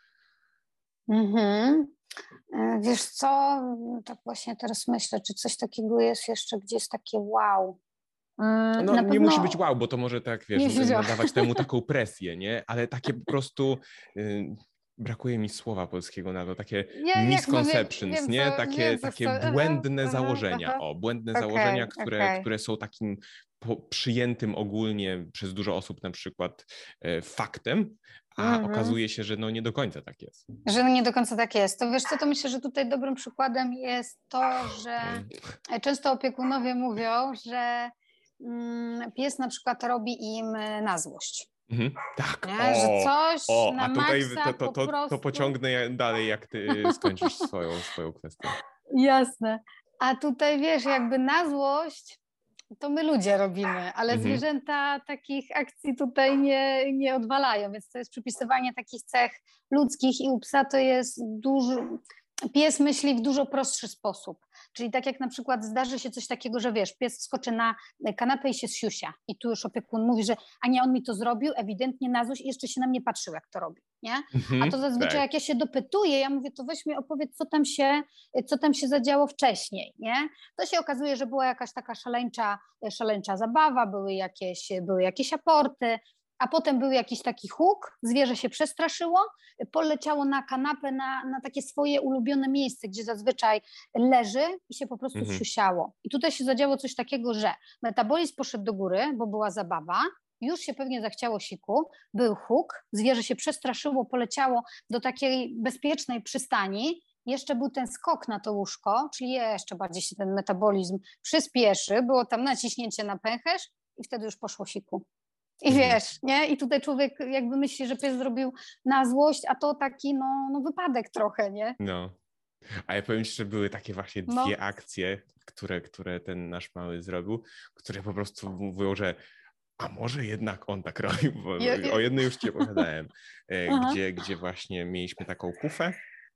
Mhm. Wiesz co, tak właśnie teraz myślę, czy coś takiego jest jeszcze, gdzie jest takie wow. No Na nie pewno... musi być wow, bo to może tak, wiesz, nadawać temu taką presję, nie? Ale takie po prostu, y, brakuje mi słowa polskiego na to, takie ja, misconceptions, wiem, nie? Co, takie wiem, takie co... błędne aha, założenia, aha. o, błędne okay, założenia, które, okay. które są takim po, przyjętym ogólnie przez dużo osób na przykład e, faktem, a mm-hmm. okazuje się, że no nie do końca tak jest. Że nie do końca tak jest. To wiesz co, to myślę, że tutaj dobrym przykładem jest to, że mm. często opiekunowie mówią, że mm, pies na przykład robi im na złość. Mhm. Tak, nie? O, że coś o, na a tutaj maksa to, to, to, po prostu... to pociągnę dalej, jak ty skończysz swoją, swoją kwestię. Jasne. A tutaj wiesz, jakby na złość to my ludzie robimy, ale mhm. zwierzęta takich akcji tutaj nie, nie odwalają, więc to jest przypisywanie takich cech ludzkich i u psa to jest dużo... Pies myśli w dużo prostszy sposób, czyli tak jak na przykład zdarzy się coś takiego, że wiesz, pies wskoczy na kanapę i się zsiusia i tu już opiekun mówi, że a nie, on mi to zrobił, ewidentnie na złość i jeszcze się na mnie patrzył, jak to robi, nie? A to zazwyczaj tak. jak ja się dopytuję, ja mówię, to weź mi opowiedz, co tam się, co tam się zadziało wcześniej, nie? To się okazuje, że była jakaś taka szaleńcza, szaleńcza zabawa, były jakieś, były jakieś aporty, a potem był jakiś taki huk, zwierzę się przestraszyło, poleciało na kanapę, na, na takie swoje ulubione miejsce, gdzie zazwyczaj leży i się po prostu mhm. wsiusiało. I tutaj się zadziało coś takiego, że metabolizm poszedł do góry, bo była zabawa, już się pewnie zachciało siku, był huk, zwierzę się przestraszyło, poleciało do takiej bezpiecznej przystani, jeszcze był ten skok na to łóżko, czyli jeszcze bardziej się ten metabolizm przyspieszy, było tam naciśnięcie na pęcherz i wtedy już poszło siku. I wiesz, nie? I tutaj człowiek jakby myśli, że pies zrobił na złość, a to taki no, no wypadek trochę, nie? No. A ja powiem ci, że były takie właśnie dwie no. akcje, które, które ten nasz mały zrobił, które po prostu mówią, że a może jednak on tak robił, bo je, je. o jednej już ci opowiadałem, gdzie, gdzie właśnie mieliśmy taką kufę,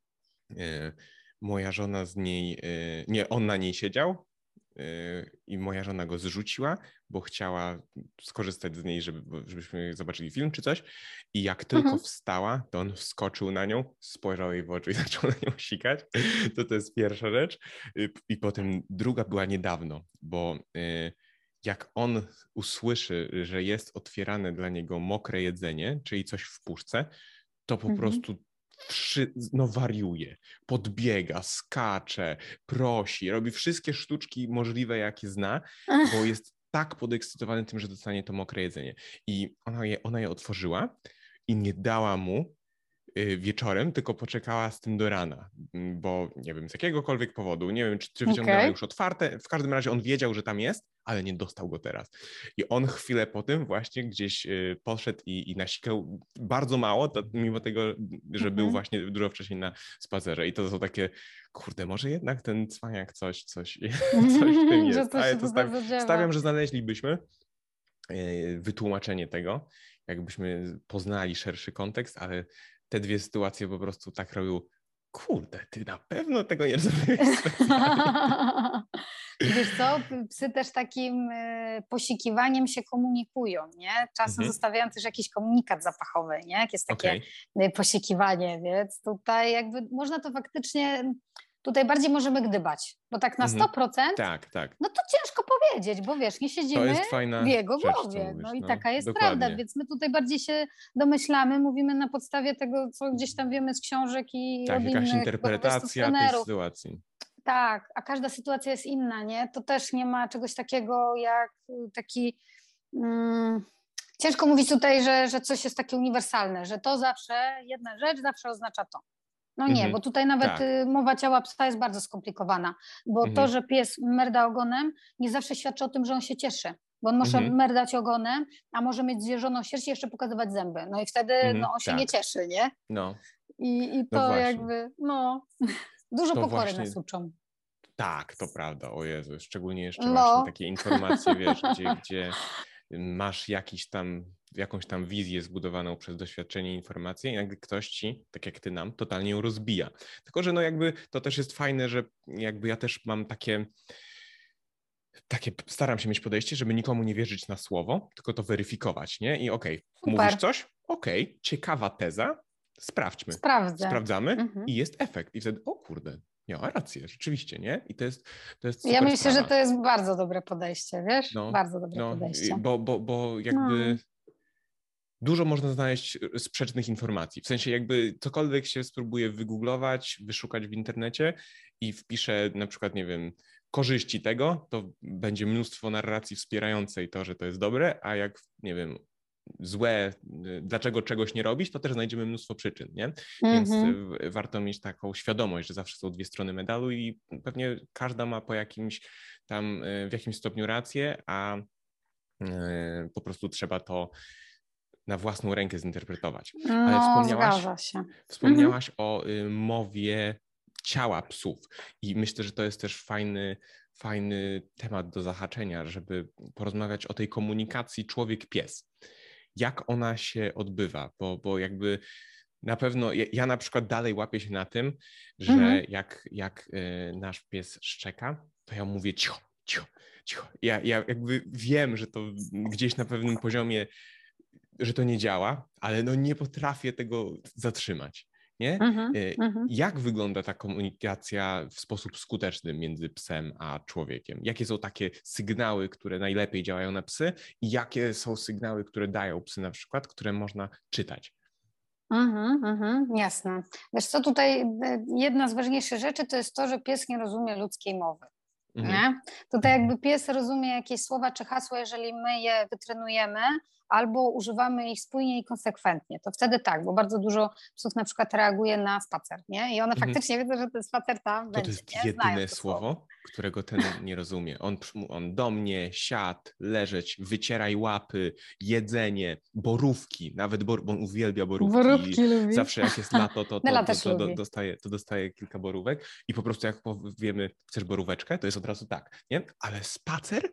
moja żona z niej, nie, on na niej siedział, i moja żona go zrzuciła, bo chciała skorzystać z niej, żeby, żebyśmy zobaczyli film czy coś. I jak tylko mhm. wstała, to on wskoczył na nią, spojrzał jej w oczy i zaczął na nią sikać. To to jest pierwsza rzecz. I potem druga była niedawno, bo jak on usłyszy, że jest otwierane dla niego mokre jedzenie, czyli coś w puszce, to po mhm. prostu Wszy, no wariuje, podbiega, skacze, prosi, robi wszystkie sztuczki możliwe, jakie zna, bo jest tak podekscytowany tym, że dostanie to mokre jedzenie. I ona je, ona je otworzyła i nie dała mu y, wieczorem, tylko poczekała z tym do rana, bo nie wiem, z jakiegokolwiek powodu, nie wiem, czy, czy wyciągnęła okay. już otwarte, w każdym razie on wiedział, że tam jest, ale nie dostał go teraz. I on chwilę po tym właśnie gdzieś y, poszedł i, i nasikał bardzo mało, to, mimo tego, że mm-hmm. był właśnie dużo wcześniej na spacerze. I to są takie, kurde, może jednak ten cwaniak coś, coś, coś w tym jest. Ale to staw, stawiam, że znaleźlibyśmy y, wytłumaczenie tego, jakbyśmy poznali szerszy kontekst, ale te dwie sytuacje po prostu tak robią, kurde, ty na pewno tego nie rozumiesz specjalnie. Wiesz co, psy też takim posikiwaniem się komunikują, nie? Czasem mhm. zostawiają też jakiś komunikat zapachowy, nie? Jak jest takie okay. posikiwanie, więc tutaj jakby można to faktycznie, tutaj bardziej możemy gdybać, bo tak na sto procent, mhm. tak, tak. no to ciężko powiedzieć, bo wiesz, nie siedzimy w jego rzecz, głowie, mówisz, no i no. taka jest Dokładnie. prawda, więc my tutaj bardziej się domyślamy, mówimy na podstawie tego, co gdzieś tam wiemy z książek i tak, od jakaś innych interpretacja tej sytuacji. Tak, a każda sytuacja jest inna, nie? To też nie ma czegoś takiego jak taki... Mm, ciężko mówić tutaj, że, że coś jest takie uniwersalne, że to zawsze, jedna rzecz zawsze oznacza to. No nie, mm-hmm. bo tutaj nawet tak. mowa ciała psa jest bardzo skomplikowana, bo mm-hmm. to, że pies merda ogonem, nie zawsze świadczy o tym, że on się cieszy, bo on może mm-hmm. merdać ogonem, a może mieć zjeżoną sierść i jeszcze pokazywać zęby. No i wtedy mm-hmm. no, on się tak. nie cieszy, nie? No. I, i to no jakby, no... Dużo to pokory właśnie, nas uczą. Tak, to prawda, o Jezu, szczególnie jeszcze No. właśnie takie informacje, wiesz, gdzie, gdzie masz jakiś tam, jakąś tam wizję zbudowaną przez doświadczenie, informację i jakby ktoś ci, tak jak ty nam, totalnie ją rozbija. Tylko, że no jakby to też jest fajne, że jakby ja też mam takie, takie staram się mieć podejście, żeby nikomu nie wierzyć na słowo, tylko to weryfikować, nie? I okej, okay, mówisz coś? Okej, okay, ciekawa teza, sprawdźmy. Sprawdzę. Sprawdzamy mhm. i jest efekt. I wtedy, o kurde, miała rację, rzeczywiście, nie? I to jest, to jest Ja myślę, sprawa. że to jest bardzo dobre podejście, wiesz? No, bardzo dobre no, podejście. Bo, bo, bo jakby no. dużo można znaleźć sprzecznych informacji. W sensie jakby cokolwiek się spróbuje wygooglować, wyszukać w internecie i wpiszę na przykład, nie wiem, korzyści tego, to będzie mnóstwo narracji wspierającej to, że to jest dobre, a jak, nie wiem, złe, dlaczego czegoś nie robić, to też znajdziemy mnóstwo przyczyn, nie? Mm-hmm. Więc warto mieć taką świadomość, że zawsze są dwie strony medalu i pewnie każda ma po jakimś tam, w jakimś stopniu rację, a po prostu trzeba to na własną rękę zinterpretować. No, ale wspomniałaś, zgadza się. Wspomniałaś mm-hmm. o mowie ciała psów i myślę, że to jest też fajny, fajny temat do zahaczenia, żeby porozmawiać o tej komunikacji człowiek-pies. Jak ona się odbywa, bo, bo jakby na pewno, ja, ja na przykład dalej łapię się na tym, że mm-hmm. jak, jak y, nasz pies szczeka, to ja mówię cicho, cicho, cicho. Ja, ja jakby wiem, że to gdzieś na pewnym poziomie, że to nie działa, ale no nie potrafię tego zatrzymać. Nie? Mm-hmm, y, mm-hmm. Jak wygląda ta komunikacja w sposób skuteczny między psem a człowiekiem? Jakie są takie sygnały, które najlepiej działają na psy i jakie są sygnały, które dają psy na przykład, które można czytać? Mhm, mhm, jasne. Wiesz co, tutaj jedna z ważniejszych rzeczy to jest to, że pies nie rozumie ludzkiej mowy. Mhm. Nie? Tutaj jakby pies rozumie jakieś słowa czy hasła, jeżeli my je wytrenujemy albo używamy ich spójnie i konsekwentnie, to wtedy tak, bo bardzo dużo psów na przykład reaguje na spacer, nie? I one mhm. faktycznie wiedzą, że ten spacer tam to będzie. To jest nie? jedyne to słowo, słowo, którego ten nie rozumie. On, on do mnie, siad, leżeć, wycieraj łapy, jedzenie, borówki, nawet bor, bo on uwielbia borówki. Borówki lubi. Zawsze jak jest lato, to, to, to, to, to, dostaje, to dostaje kilka borówek i po prostu jak powiemy, chcesz boróweczkę, to jest od razu tak, nie? Ale spacer?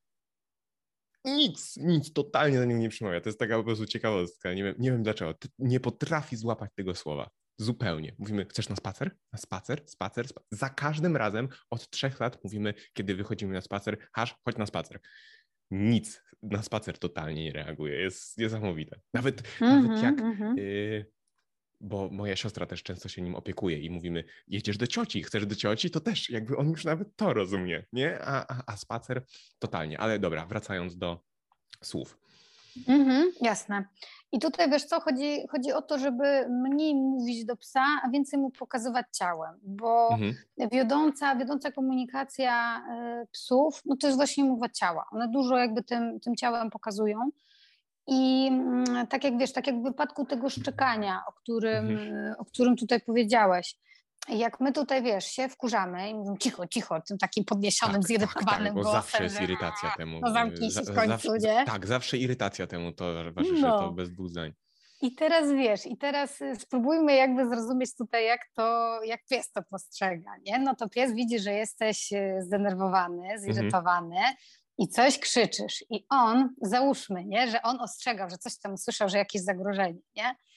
Nic, nic, totalnie na nim nie przemawia. To jest taka po prostu ciekawostka. Nie wiem, nie wiem dlaczego. Nie potrafi złapać tego słowa. Zupełnie. Mówimy, chcesz na spacer? Na spacer? Spacer? spacer. Za każdym razem od trzech lat mówimy, kiedy wychodzimy na spacer, Hasz, chodź na spacer. Nic. Na spacer totalnie nie reaguje. Jest niesamowite. Nawet, mm-hmm, nawet jak... Mm-hmm. Y- bo moja siostra też często się nim opiekuje i mówimy, jedziesz do cioci, chcesz do cioci, to też jakby on już nawet to rozumie, nie? A, a, a spacer totalnie. Ale dobra, wracając do słów. Mhm, jasne. I tutaj wiesz co, chodzi, chodzi o to, żeby mniej mówić do psa, a więcej mu pokazywać ciałem, bo mhm. wiodąca, wiodąca komunikacja y, psów, no to jest właśnie mowa ciała. One dużo jakby tym, tym ciałem pokazują. I tak jak wiesz, tak jak w wypadku tego szczekania, o którym, mhm. o którym tutaj powiedziałeś, jak my tutaj, wiesz, się wkurzamy i mówimy cicho, cicho, tym takim podniesionym, tak, zirytowanym tak, tak, bo głosem, zawsze jest że, irytacja temu. No zamknij się w końcu, zawsze, nie? Tak, zawsze irytacja temu towarzyszy, no. to bez dwóch zdań. I teraz wiesz, i teraz spróbujmy jakby zrozumieć tutaj, jak to, jak pies to postrzega, nie? No to pies widzi, że jesteś zdenerwowany, zirytowany, mhm. i coś krzyczysz i on, załóżmy, nie, że on ostrzegał, że coś tam usłyszał, że jakieś zagrożenie, nie?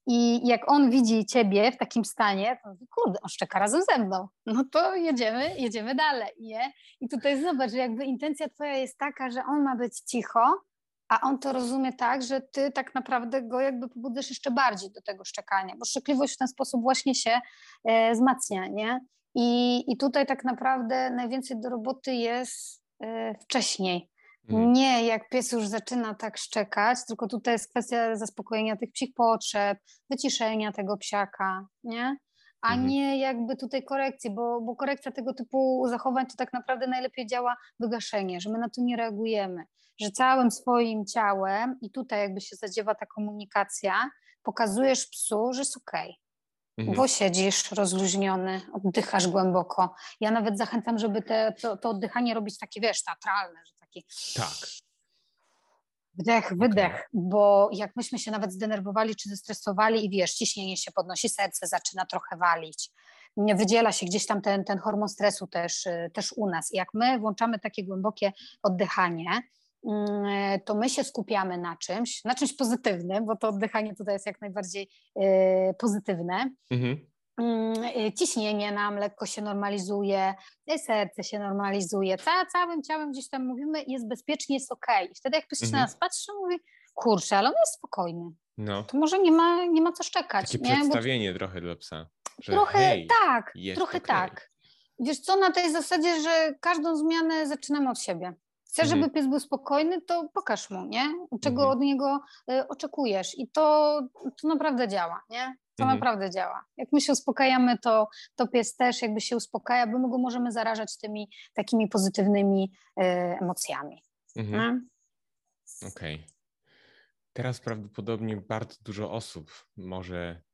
I jak on widzi ciebie w takim stanie, to mówi, kurde, on szczeka razem ze mną. No to jedziemy, jedziemy dalej, nie? I tutaj zobacz, że jakby intencja twoja jest taka, że on ma być cicho, a on to rozumie tak, że ty tak naprawdę go jakby pobudzasz jeszcze bardziej do tego szczekania, bo szczekliwość w ten sposób właśnie się e, wzmacnia, nie? I, I tutaj tak naprawdę najwięcej do roboty jest e, wcześniej. Mhm. Nie jak pies już zaczyna tak szczekać, tylko tutaj jest kwestia zaspokojenia tych psich potrzeb, wyciszenia tego psiaka, nie? A Mhm. nie jakby tutaj korekcji, bo, bo korekcja tego typu zachowań to tak naprawdę najlepiej działa wygaszenie, że my na to nie reagujemy, że całym swoim ciałem i tutaj jakby się zadziewa ta komunikacja, pokazujesz psu, że jest okej. Mhm. Bo siedzisz rozluźniony, oddychasz głęboko. Ja nawet zachęcam, żeby te, to, to oddychanie robić takie, wiesz, teatralne, że taki Tak. wdech, Okej. wydech, bo jak myśmy się nawet zdenerwowali czy zestresowali i wiesz, ciśnienie się podnosi, serce zaczyna trochę walić, wydziela się gdzieś tam ten, ten hormon stresu też, y, też u nas. I jak my włączamy takie głębokie oddychanie, mm, to my się skupiamy na czymś, na czymś pozytywnym, bo to oddychanie tutaj jest jak najbardziej y, pozytywne. Mhm. Mm, y, Ciśnienie nam lekko się normalizuje, y, serce się normalizuje, Ca, całym ciałem gdzieś tam mówimy, jest bezpiecznie, jest okej. I wtedy jak ktoś na Mhm. nas patrzy, mówi, kurczę, ale on jest spokojny, No. to może nie ma, nie ma co szczekać. Takie nie? Bo przedstawienie trochę dla psa, że trochę hej, tak, jest trochę okej. tak. Wiesz co, na tej zasadzie, że każdą zmianę zaczynamy od siebie. Chcesz, Mhm. żeby pies był spokojny, to pokaż mu, nie? Czego Mhm. od niego y, oczekujesz. I to, to naprawdę działa, nie? To Mhm. naprawdę działa. Jak my się uspokajamy, to, to pies też jakby się uspokaja, bo my go możemy zarażać tymi takimi pozytywnymi y, emocjami. Mhm. No? Okej. Teraz prawdopodobnie bardzo dużo osób może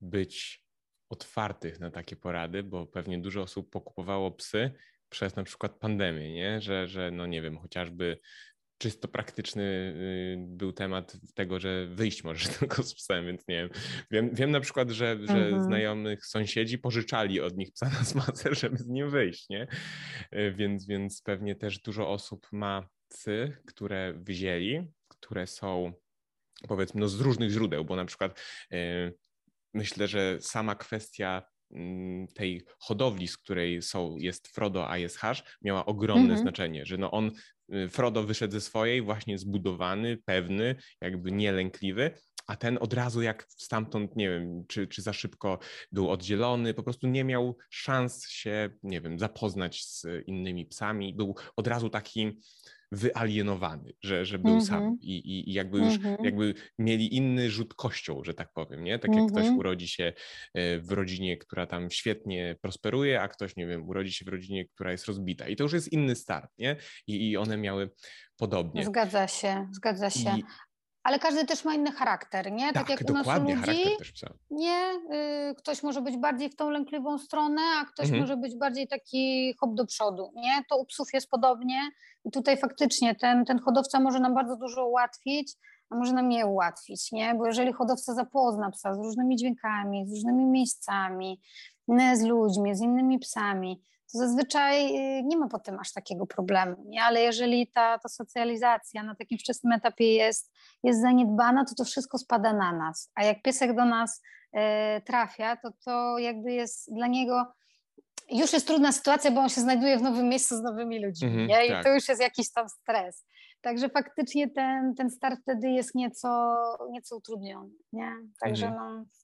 być otwartych na takie porady, bo pewnie dużo osób pokupowało psy przez na przykład pandemię, nie? Że, że no nie wiem, chociażby czysto praktyczny y, był temat tego, że wyjść możesz tylko z psem, więc nie wiem. Wiem, wiem na przykład, że, że Mhm. znajomych sąsiedzi pożyczali od nich psa na spacer, żeby z nim wyjść, nie? Y, Więc, więc pewnie też dużo osób ma psy, które wzięli, które są powiedzmy no, z różnych źródeł, bo na przykład y, myślę, że sama kwestia mm, tej hodowli, z której są, jest Frodo, a jest Hash, miała ogromne Mhm. znaczenie, że no on, y, Frodo wyszedł ze swojej, właśnie zbudowany, pewny, jakby nielękliwy, a ten od razu jak stamtąd, nie wiem, czy, czy za szybko był oddzielony, po prostu nie miał szans się, nie wiem, zapoznać z innymi psami, był od razu taki wyalienowany, że, że był sam Mhm. i, i, i jakby już Mhm. jakby mieli inny rzut kością, że tak powiem, nie? Tak jak ktoś Mhm. urodzi się e, w rodzinie, która tam świetnie prosperuje, a ktoś, nie wiem, urodzi się w rodzinie, która jest rozbita i to już jest inny start, nie? I, i one miały podobnie. Zgadza się, zgadza się. I Ale każdy też ma inny charakter, nie? Tak tak, jak u nas u dokładnie, ludzi, charakter też psa. nie? Y, ktoś może być bardziej w tą lękliwą stronę, a ktoś Mhm. może być bardziej taki hop do przodu, nie? To u psów jest podobnie i tutaj faktycznie ten, ten hodowca może nam bardzo dużo ułatwić, a może nam nie ułatwić, nie? Bo jeżeli hodowca zapozna psa z różnymi dźwiękami, z różnymi miejscami, nie, z ludźmi, z innymi psami, to zazwyczaj y, nie ma potem aż takiego problemu, nie? Ale jeżeli ta, ta socjalizacja na takim wczesnym etapie jest, jest zaniedbana, to to wszystko spada na nas. A jak piesek do nas e, trafia, to to jakby jest dla niego, już jest trudna sytuacja, bo on się znajduje w nowym miejscu z nowymi ludźmi, Mhm, nie? I tak. to już jest jakiś tam stres. Także faktycznie ten, ten start wtedy jest nieco, nieco utrudniony, nie? Także Mhm. no...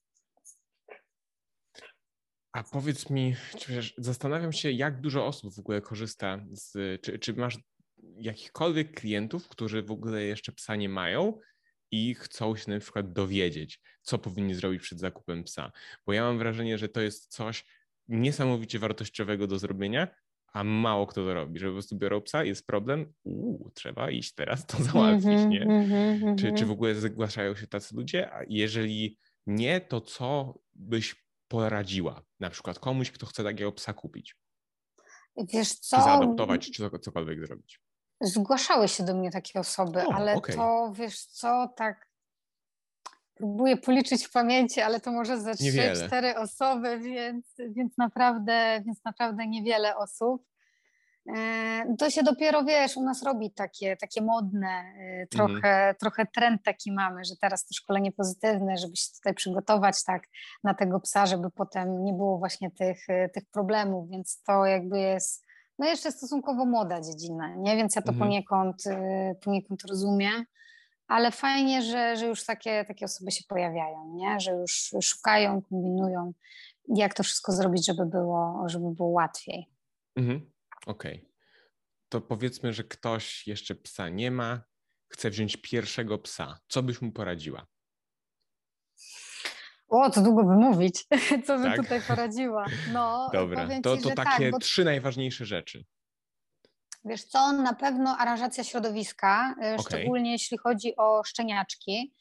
A powiedz mi, czy, zastanawiam się, jak dużo osób w ogóle korzysta z, czy, czy masz jakichkolwiek klientów, którzy w ogóle jeszcze psa nie mają i chcą się na przykład dowiedzieć, co powinni zrobić przed zakupem psa. Bo ja mam wrażenie, że to jest coś niesamowicie wartościowego do zrobienia, a mało kto to robi, że po prostu biorą psa, jest problem, uuu, trzeba iść teraz to załatwić, Mhm, nie? mhm, Czy, czy w mhm. ogóle zgłaszają się tacy ludzie? A jeżeli nie, to co byś poradziła na przykład komuś, kto chce takiego psa kupić? Wiesz Czy co, zaadoptować, czy cokolwiek zrobić? zgłaszały się do mnie takie osoby, O, ale okej. to wiesz co, tak próbuję policzyć w pamięci, ale to może ze trzy, Niewiele. cztery osoby, więc, więc, naprawdę, więc naprawdę niewiele osób. To się dopiero, wiesz, u nas robi takie, takie modne, trochę, mhm. trochę trend taki mamy, że teraz to szkolenie pozytywne, żeby się tutaj przygotować tak na tego psa, żeby potem nie było właśnie tych, tych problemów, więc to jakby jest no jeszcze stosunkowo młoda dziedzina, nie? Więc ja to mhm. poniekąd, poniekąd rozumiem, ale fajnie, że, że już takie, takie osoby się pojawiają, nie? Że już szukają, kombinują, jak to wszystko zrobić, żeby było, żeby było łatwiej. Mhm. Okej. Okay. To powiedzmy, że ktoś jeszcze psa nie ma, chce wziąć pierwszego psa. Co byś mu poradziła? O, to długo by mówić, co bym tak? tutaj poradziła. No, dobra, powiem to, ci, to że takie tak, bo... trzy najważniejsze rzeczy. Wiesz co, na pewno aranżacja środowiska, okay. szczególnie jeśli chodzi o szczeniaczki,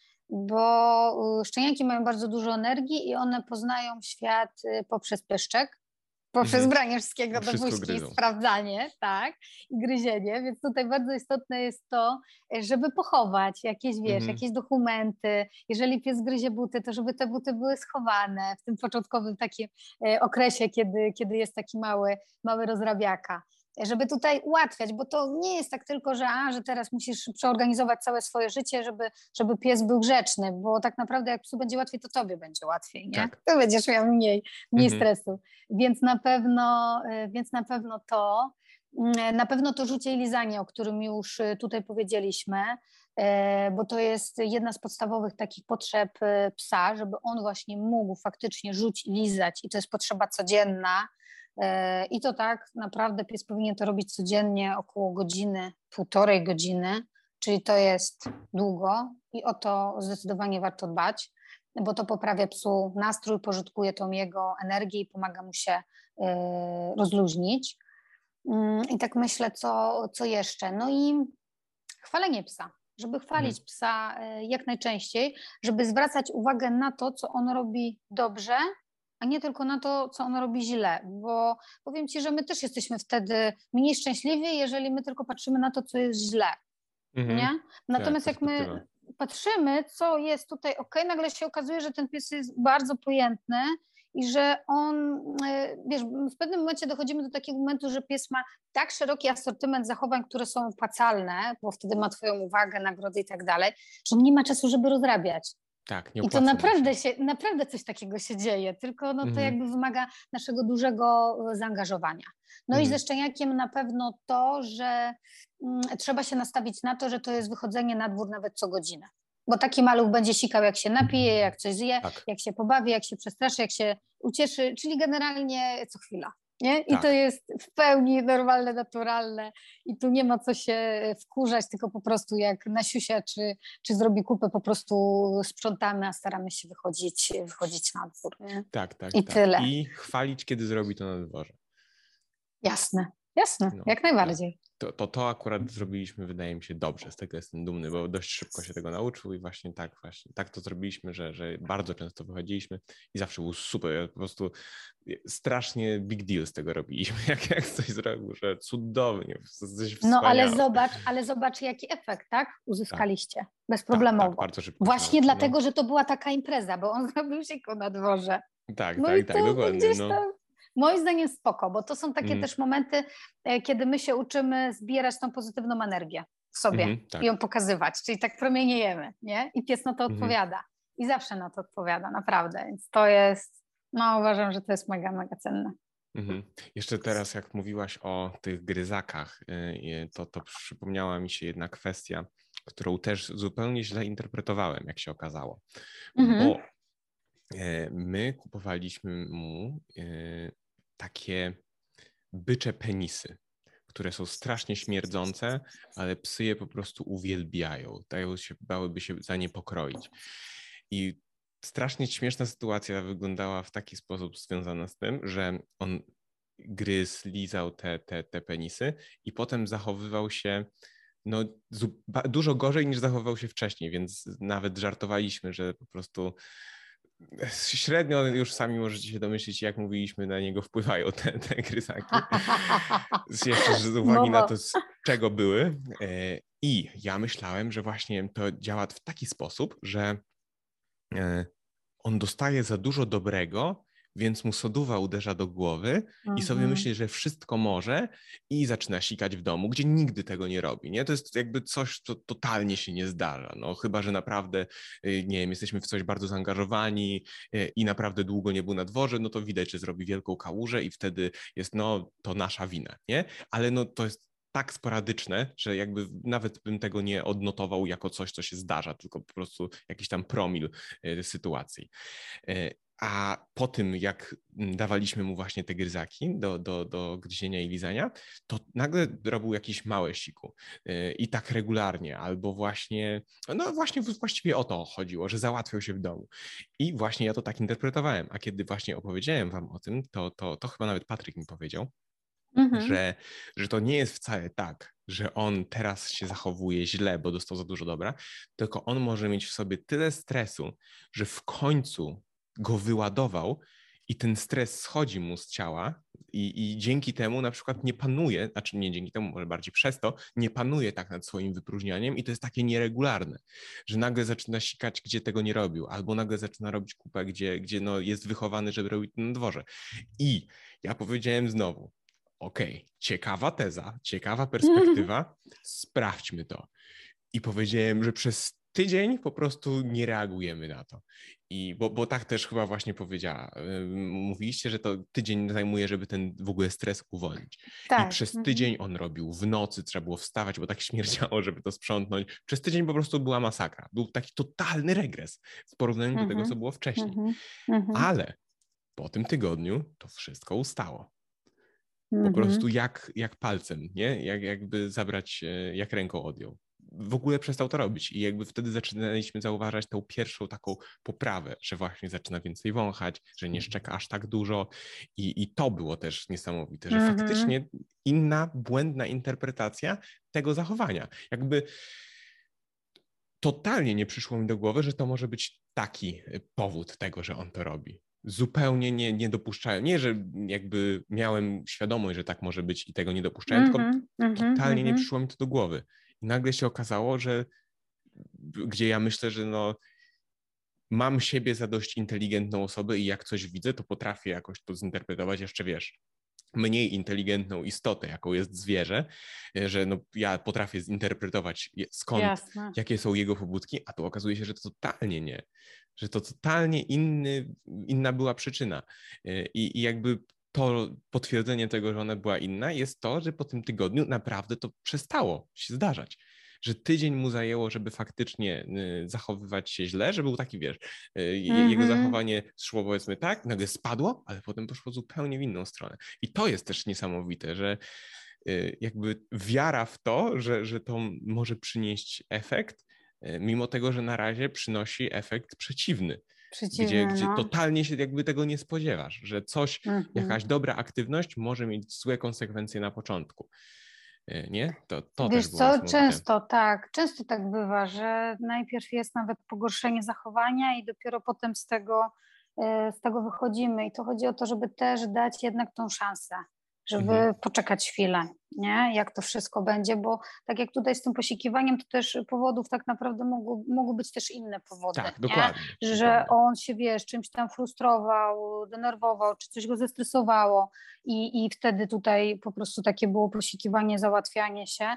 bo szczeniaki mają bardzo dużo energii i one poznają świat poprzez pyszczek, poprzez mhm. branie wszystkiego do buźki, sprawdzanie, tak, i gryzienie, więc tutaj bardzo istotne jest to, żeby pochować jakieś, wiesz, mhm. jakieś dokumenty, jeżeli pies gryzie buty, to żeby te buty były schowane w tym początkowym takim okresie, kiedy, kiedy jest taki mały, mały rozrabiaka. Żeby tutaj ułatwiać, bo to nie jest tak tylko, że, a, że teraz musisz przeorganizować całe swoje życie, żeby, żeby pies był grzeczny, bo tak naprawdę jak psu będzie łatwiej, to tobie będzie łatwiej, nie? Tak. Ty będziesz miał mniej, mniej mhm. stresu. Więc na pewno, więc na pewno to, na pewno to rzucie i lizanie, o którym już tutaj powiedzieliśmy, bo to jest jedna z podstawowych takich potrzeb psa, żeby on właśnie mógł faktycznie rzuć i lizać i to jest potrzeba codzienna. I to tak naprawdę pies powinien to robić codziennie około godziny, półtorej godziny, czyli to jest długo i o to zdecydowanie warto dbać, bo to poprawia psu nastrój, pożytkuje tą jego energię i pomaga mu się rozluźnić. I tak myślę, co, co jeszcze? No i chwalenie psa, żeby chwalić hmm. psa jak najczęściej, żeby zwracać uwagę na to, co on robi dobrze, a nie tylko na to, co on robi źle, bo powiem ci, że my też jesteśmy wtedy mniej szczęśliwi, jeżeli my tylko patrzymy na to, co jest źle, mm-hmm. nie? Natomiast tak, jak my patrzymy, co jest tutaj ok, nagle się okazuje, że ten pies jest bardzo pojętny i że on, wiesz, w pewnym momencie dochodzimy do takiego momentu, że pies ma tak szeroki asortyment zachowań, które są opłacalne, bo wtedy ma twoją uwagę, nagrody i tak dalej, że on nie ma czasu, żeby rozrabiać. Tak, nie I to naprawdę się. się, naprawdę coś takiego się dzieje, tylko no to mhm. jakby wymaga naszego dużego zaangażowania. No mhm. i ze szczeniakiem na pewno to, że mm, trzeba się nastawić na to, że to jest wychodzenie na dwór nawet co godzinę. Bo taki maluch będzie sikał, jak się napije, jak coś zje, tak. jak się pobawi, jak się przestraszy, jak się ucieszy, czyli generalnie co chwila. Nie? I tak. to jest w pełni normalne, naturalne i tu nie ma co się wkurzać, tylko po prostu jak Nasiusia czy, czy zrobi kupę, po prostu sprzątamy, a staramy się wychodzić, wychodzić na dwór. Nie? Tak, tak, I tak. tyle. I chwalić, kiedy zrobi to na dworze. Jasne, jasne, no, jak najbardziej. To, to to akurat zrobiliśmy, wydaje mi się, dobrze, z tego jestem dumny, bo dość szybko się tego nauczył i właśnie tak właśnie, tak to zrobiliśmy, że, że bardzo często wychodziliśmy i zawsze był super, po prostu strasznie big deal z tego robiliśmy, jak, jak coś zrobił, że cudownie, coś No ale zobacz, ale zobacz jaki efekt, tak? Uzyskaliście, tak. bezproblemowo. Tak, tak, bardzo szybko właśnie dlatego, no. że to była taka impreza, bo on zrobił siku na dworze. Tak, no tak, i tak, to dokładnie. Gdzieś no. tam... Moim zdaniem spoko, bo to są takie mm. też momenty, kiedy my się uczymy zbierać tą pozytywną energię w sobie mm-hmm, tak. i ją pokazywać, czyli tak promieniejemy, nie? I pies na to mm-hmm. odpowiada i zawsze na to odpowiada, naprawdę, więc to jest, no uważam, że to jest mega, mega cenne. Mm-hmm. Jeszcze teraz jak mówiłaś o tych gryzakach, to, to przypomniała mi się jedna kwestia, którą też zupełnie źle interpretowałem, jak się okazało, mm-hmm. bo my kupowaliśmy mu takie bycze penisy, które są strasznie śmierdzące, ale psy je po prostu uwielbiają, dają się, bałyby się za nie pokroić. I strasznie śmieszna sytuacja wyglądała w taki sposób związana z tym, że on gryzł, lizał te, te, te penisy i potem zachowywał się no, dużo gorzej niż zachowywał się wcześniej, więc nawet żartowaliśmy, że po prostu średnio już sami możecie się domyślić, jak mówiliśmy, na niego wpływają te, te gryzaki. Jeszcze z uwagi na to, z czego były. I ja myślałem, że właśnie to działa w taki sposób, że on dostaje za dużo dobrego, więc mu soduwa uderza do głowy Mhm. i sobie myśli, że wszystko może i zaczyna sikać w domu, gdzie nigdy tego nie robi, nie? To jest jakby coś, co totalnie się nie zdarza, no chyba, że naprawdę, nie wiem, jesteśmy w coś bardzo zaangażowani i naprawdę długo nie był na dworze, no to widać, że zrobi wielką kałużę i wtedy jest, no, to nasza wina, nie? Ale no to jest tak sporadyczne, że jakby nawet bym tego nie odnotował jako coś, co się zdarza, tylko po prostu jakiś tam promil sytuacji. A po tym, jak dawaliśmy mu właśnie te gryzaki do, do, do gryzienia i lizania, to nagle robił jakieś małe siku i tak regularnie, albo właśnie, no właśnie właściwie o to chodziło, że załatwiał się w domu. I właśnie ja to tak interpretowałem, a kiedy właśnie opowiedziałem wam o tym, to, to, to chyba nawet Patryk mi powiedział, mhm. że, że to nie jest wcale tak, że on teraz się zachowuje źle, bo dostał za dużo dobra, tylko on może mieć w sobie tyle stresu, że w końcu go wyładował i ten stres schodzi mu z ciała i, i dzięki temu na przykład nie panuje, znaczy nie dzięki temu, może bardziej przez to, nie panuje tak nad swoim wypróżnianiem i to jest takie nieregularne, że nagle zaczyna sikać, gdzie tego nie robił, albo nagle zaczyna robić kupę, gdzie, gdzie no jest wychowany, żeby robić to na dworze. I ja powiedziałem znowu, okej, okay, ciekawa teza, ciekawa perspektywa, sprawdźmy to. I powiedziałem, że przez tydzień po prostu nie reagujemy na to. I bo, bo tak też chyba właśnie powiedziała. Mówiliście, że to tydzień zajmuje, żeby ten w ogóle stres uwolnić. Tak. I przez tydzień on robił w nocy, trzeba było wstawać, bo tak śmierdziało, żeby to sprzątnąć. Przez tydzień po prostu była masakra. Był taki totalny regres w porównaniu mm-hmm. do tego, co było wcześniej. Mm-hmm. Ale po tym tygodniu to wszystko ustało. Po prostu jak, jak palcem, nie? Jak, jakby zabrać, jak ręką odjął. W ogóle przestał to robić i jakby wtedy zaczynaliśmy zauważać tą pierwszą taką poprawę, że właśnie zaczyna więcej wąchać, że nie szczeka aż tak dużo i, i to było też niesamowite, że mm-hmm. faktycznie inna, błędna interpretacja tego zachowania. Jakby totalnie nie przyszło mi do głowy, że to może być taki powód tego, że on to robi. Zupełnie nie, nie dopuszczałem. Nie, że jakby miałem świadomość, że tak może być i tego nie dopuszczałem, mm-hmm, tylko totalnie mm-hmm. nie przyszło mi to do głowy. I nagle się okazało, że gdzie ja myślę, że no mam siebie za dość inteligentną osobę i jak coś widzę, to potrafię jakoś to zinterpretować, jeszcze wiesz, mniej inteligentną istotę, jaką jest zwierzę, że no ja potrafię zinterpretować skąd, Jasne. jakie są jego pobudki, a tu okazuje się, że to totalnie nie, że to totalnie inny, inna była przyczyna i, i jakby to potwierdzenie tego, że ona była inna jest to, że po tym tygodniu naprawdę to przestało się zdarzać. Że tydzień mu zajęło, żeby faktycznie zachowywać się źle, że był taki, wiesz, mm-hmm. jego zachowanie szło powiedzmy tak, nagle spadło, ale potem poszło zupełnie w inną stronę. I to jest też niesamowite, że jakby wiara w to, że, że to może przynieść efekt, mimo tego, że na razie przynosi efekt przeciwny. Przeciwny, gdzie, no. gdzie totalnie się jakby tego nie spodziewasz, że coś, mm-hmm. jakaś dobra aktywność może mieć złe konsekwencje na początku. Nie? To, to Wiesz też było co, niesamowite. często tak, często tak bywa, że najpierw jest nawet pogorszenie zachowania i dopiero potem z tego, z tego wychodzimy i to chodzi o to, żeby też dać jednak tą szansę, żeby mhm. poczekać chwilę, nie? Jak to wszystko będzie, bo tak jak tutaj z tym posikiwaniem, to też powodów tak naprawdę mogą, mogą być też inne powody, tak, nie? dokładnie, że dokładnie. on się, wiesz, czymś tam frustrował, denerwował, czy coś go zestresowało i, i wtedy tutaj po prostu takie było posikiwanie, załatwianie się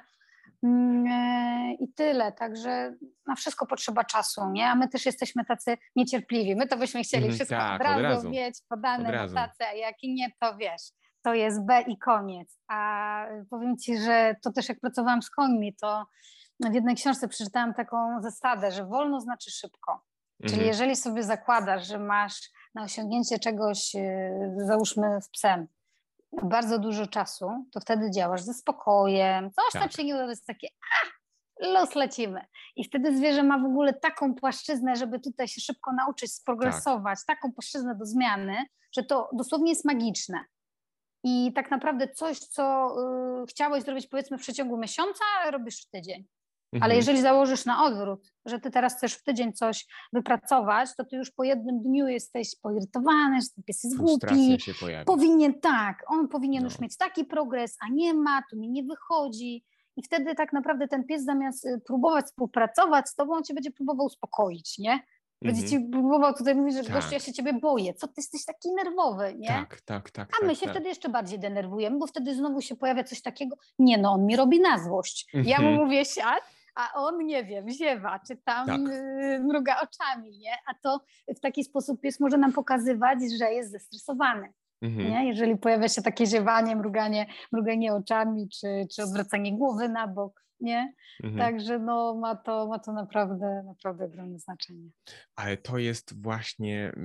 i tyle, także na wszystko potrzeba czasu, nie? A my też jesteśmy tacy niecierpliwi, my to byśmy chcieli mhm, wszystko tak, od, razu od razu mieć podane od na razu. tacę, a jak i nie, to wiesz, to jest B i koniec. A powiem Ci, że to też jak pracowałam z końmi, to w jednej książce przeczytałam taką zasadę, że wolno znaczy szybko. Mhm. Czyli jeżeli sobie zakładasz, że masz na osiągnięcie czegoś, załóżmy z psem, bardzo dużo czasu, to wtedy działasz ze spokojem, coś tak. tam się nie uda, to jest takie, a, los lecimy. I wtedy zwierzę ma w ogóle taką płaszczyznę, żeby tutaj się szybko nauczyć, sprogresować, tak. taką płaszczyznę do zmiany, że to dosłownie jest magiczne. I tak naprawdę coś, co y, chciałeś zrobić powiedzmy w przeciągu miesiąca, robisz w tydzień. Mhm. Ale jeżeli założysz na odwrót, że ty teraz chcesz w tydzień coś wypracować, to ty już po jednym dniu jesteś poirytowany, że ten pies jest głupi. się pojawi. Powinien tak, on powinien no. już mieć taki progres, a nie ma, tu mi nie wychodzi. I wtedy tak naprawdę ten pies zamiast próbować współpracować z tobą, on cię będzie próbował uspokoić, nie? Będzie ci próbował tutaj mówić, że tak. gościu, ja się ciebie boję, co ty jesteś taki nerwowy, nie? Tak, tak, tak. A my tak, się tak. wtedy jeszcze bardziej denerwujemy, bo wtedy znowu się pojawia coś takiego, nie no, on mi robi na złość. Mm-hmm. Ja mu mówię siad, a on, nie wiem, ziewa, czy tam tak. y, mruga oczami, nie? A to w taki sposób pies może nam pokazywać, że jest zestresowany. Mm-hmm. Nie? Jeżeli pojawia się takie ziewanie, mruganie, mruganie oczami, czy, czy odwracanie głowy na bok, nie? Mhm. Także no, ma to, ma to naprawdę, naprawdę ogromne znaczenie. Ale to jest właśnie,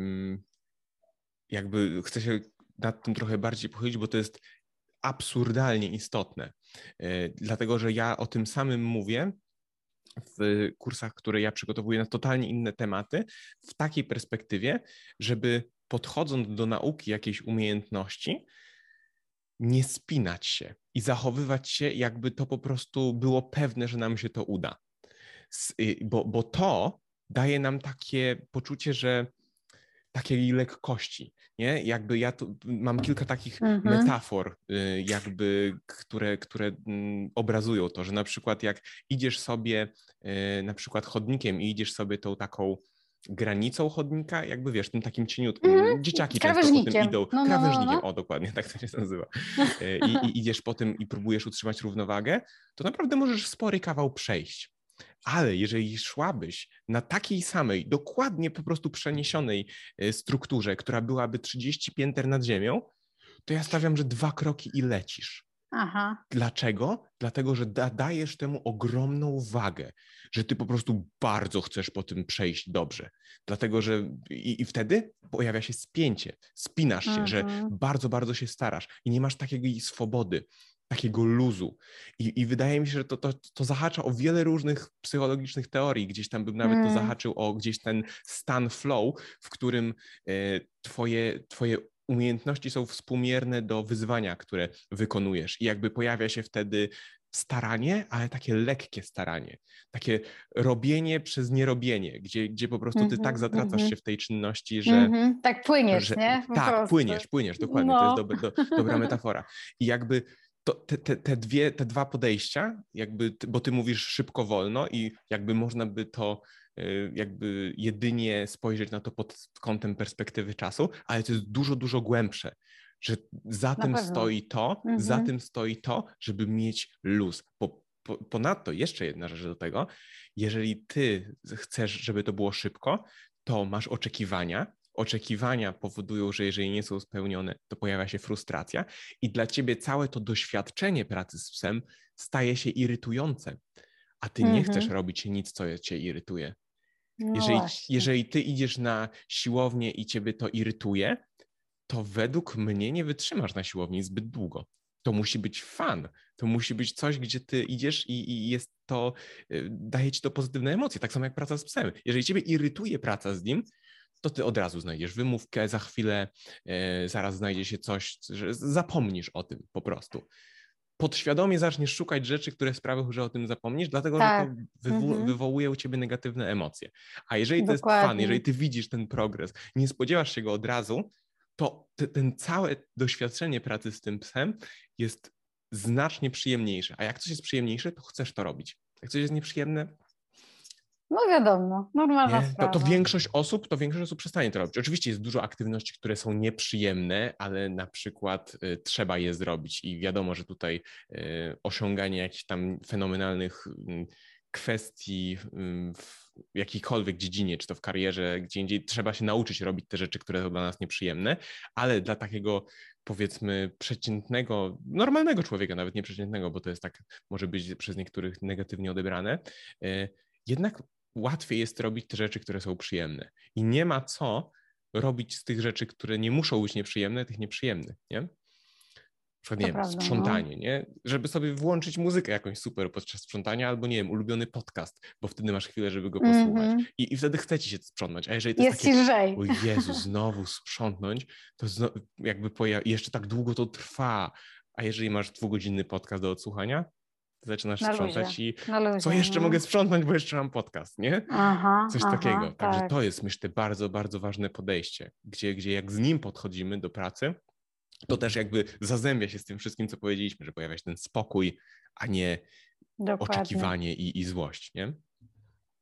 jakby chcę się nad tym trochę bardziej pochylić, bo to jest absurdalnie istotne. Dlatego, że ja o tym samym mówię w kursach, które ja przygotowuję na totalnie inne tematy, w takiej perspektywie, żeby podchodząc do nauki jakiejś umiejętności, nie spinać się i zachowywać się, jakby to po prostu było pewne, że nam się to uda. Bo, bo to daje nam takie poczucie, że takiej lekkości, nie? Jakby ja tu mam kilka takich mhm. metafor, jakby, które, które obrazują to, że na przykład jak idziesz sobie na przykład chodnikiem i idziesz sobie tą taką granicą chodnika, jakby wiesz, tym takim cieniutkim. Mm, dzieciaki często po tym idą. No, krawężnikiem, no, no, no. O dokładnie, tak to się nazywa. I, I idziesz po tym i próbujesz utrzymać równowagę, to naprawdę możesz spory kawał przejść. Ale jeżeli szłabyś na takiej samej, dokładnie po prostu przeniesionej strukturze, która byłaby trzydzieści pięter nad ziemią, to ja stawiam, że dwa kroki i lecisz. Aha. Dlaczego? Dlatego, że da, dajesz temu ogromną wagę, że ty po prostu bardzo chcesz po tym przejść dobrze. Dlatego, że i, i wtedy pojawia się spięcie, spinasz się, mhm. że bardzo, bardzo się starasz i nie masz takiej swobody, takiego luzu. I, i wydaje mi się, że to, to, to zahacza o wiele różnych psychologicznych teorii. Gdzieś tam bym nawet mm. to zahaczył o gdzieś ten stan flow, w którym e, twoje, twoje umiejętności są współmierne do wyzwania, które wykonujesz. I jakby pojawia się wtedy staranie, ale takie lekkie staranie. Takie robienie przez nierobienie, gdzie, gdzie po prostu ty mm-hmm, tak zatracasz mm-hmm. się w tej czynności, że... Mm-hmm. Tak płyniesz, że, nie? Po tak, prostu. płyniesz, płyniesz, dokładnie. No. To jest dobre, do, dobra metafora. I jakby to, te, te, te, dwie, te dwa podejścia, jakby, bo ty mówisz szybko, wolno i jakby można by to jakby jedynie spojrzeć na to pod kątem perspektywy czasu, ale to jest dużo, dużo głębsze, że za tym stoi to, mhm. za tym stoi to, żeby mieć luz. Po, po, ponadto jeszcze jedna rzecz do tego, jeżeli ty chcesz, żeby to było szybko, to masz oczekiwania, oczekiwania powodują, że jeżeli nie są spełnione, to pojawia się frustracja i dla ciebie całe to doświadczenie pracy z psem staje się irytujące, a ty mhm. nie chcesz robić nic, co cię irytuje. No jeżeli, jeżeli ty idziesz na siłownię i ciebie to irytuje, to według mnie nie wytrzymasz na siłowni zbyt długo. To musi być fan, to musi być coś, gdzie ty idziesz i, i jest to, daje ci to pozytywne emocje, tak samo jak praca z psem. Jeżeli ciebie irytuje praca z nim, to ty od razu znajdziesz wymówkę, za chwilę e, zaraz znajdzie się coś, że zapomnisz o tym po prostu. Podświadomie zaczniesz szukać rzeczy, które sprawią, że o tym zapomnisz, dlatego tak. że to wywo- mm-hmm. wywołuje u ciebie negatywne emocje. A jeżeli to Dokładnie. jest fan, jeżeli ty widzisz ten progres, nie spodziewasz się go od razu, to te, ten całe doświadczenie pracy z tym psem jest znacznie przyjemniejsze. A jak coś jest przyjemniejsze, to chcesz to robić. Jak coś jest nieprzyjemne, no wiadomo, normalna nie? sprawa. To, to większość osób, to większość osób przestanie to robić. Oczywiście jest dużo aktywności, które są nieprzyjemne, ale na przykład y, trzeba je zrobić i wiadomo, że tutaj y, osiąganie jakichś tam fenomenalnych y, kwestii y, w jakiejkolwiek dziedzinie, czy to w karierze, gdzie indziej, trzeba się nauczyć robić te rzeczy, które są dla nas nieprzyjemne, ale dla takiego powiedzmy przeciętnego, normalnego człowieka, nawet nie przeciętnego, bo to jest tak, może być przez niektórych negatywnie odebrane, y, jednak łatwiej jest robić te rzeczy, które są przyjemne. I nie ma co robić z tych rzeczy, które nie muszą być nieprzyjemne, tych nieprzyjemnych, nie? Na przykład, nie wiem, prawda, sprzątanie, no. nie? Żeby sobie włączyć muzykę jakąś super podczas sprzątania albo, nie wiem, ulubiony podcast, bo wtedy masz chwilę, żeby go posłuchać. Mm-hmm. I, I wtedy chce ci się sprzątnąć. A jeżeli to jest, jest takie, o Jezu, znowu sprzątnąć, to znowu, jakby poja- jeszcze tak długo to trwa. A jeżeli masz dwugodzinny podcast do odsłuchania, zaczynasz na sprzątać luzie. i luzie, co jeszcze no. mogę sprzątnąć, bo jeszcze mam podcast, nie? Aha, Coś aha, takiego. Także tak. to jest, myślę, bardzo, bardzo ważne podejście, gdzie, gdzie jak z nim podchodzimy do pracy, to też jakby zazębia się z tym wszystkim, co powiedzieliśmy, że pojawia się ten spokój, a nie Dokładnie. oczekiwanie i, i złość, nie?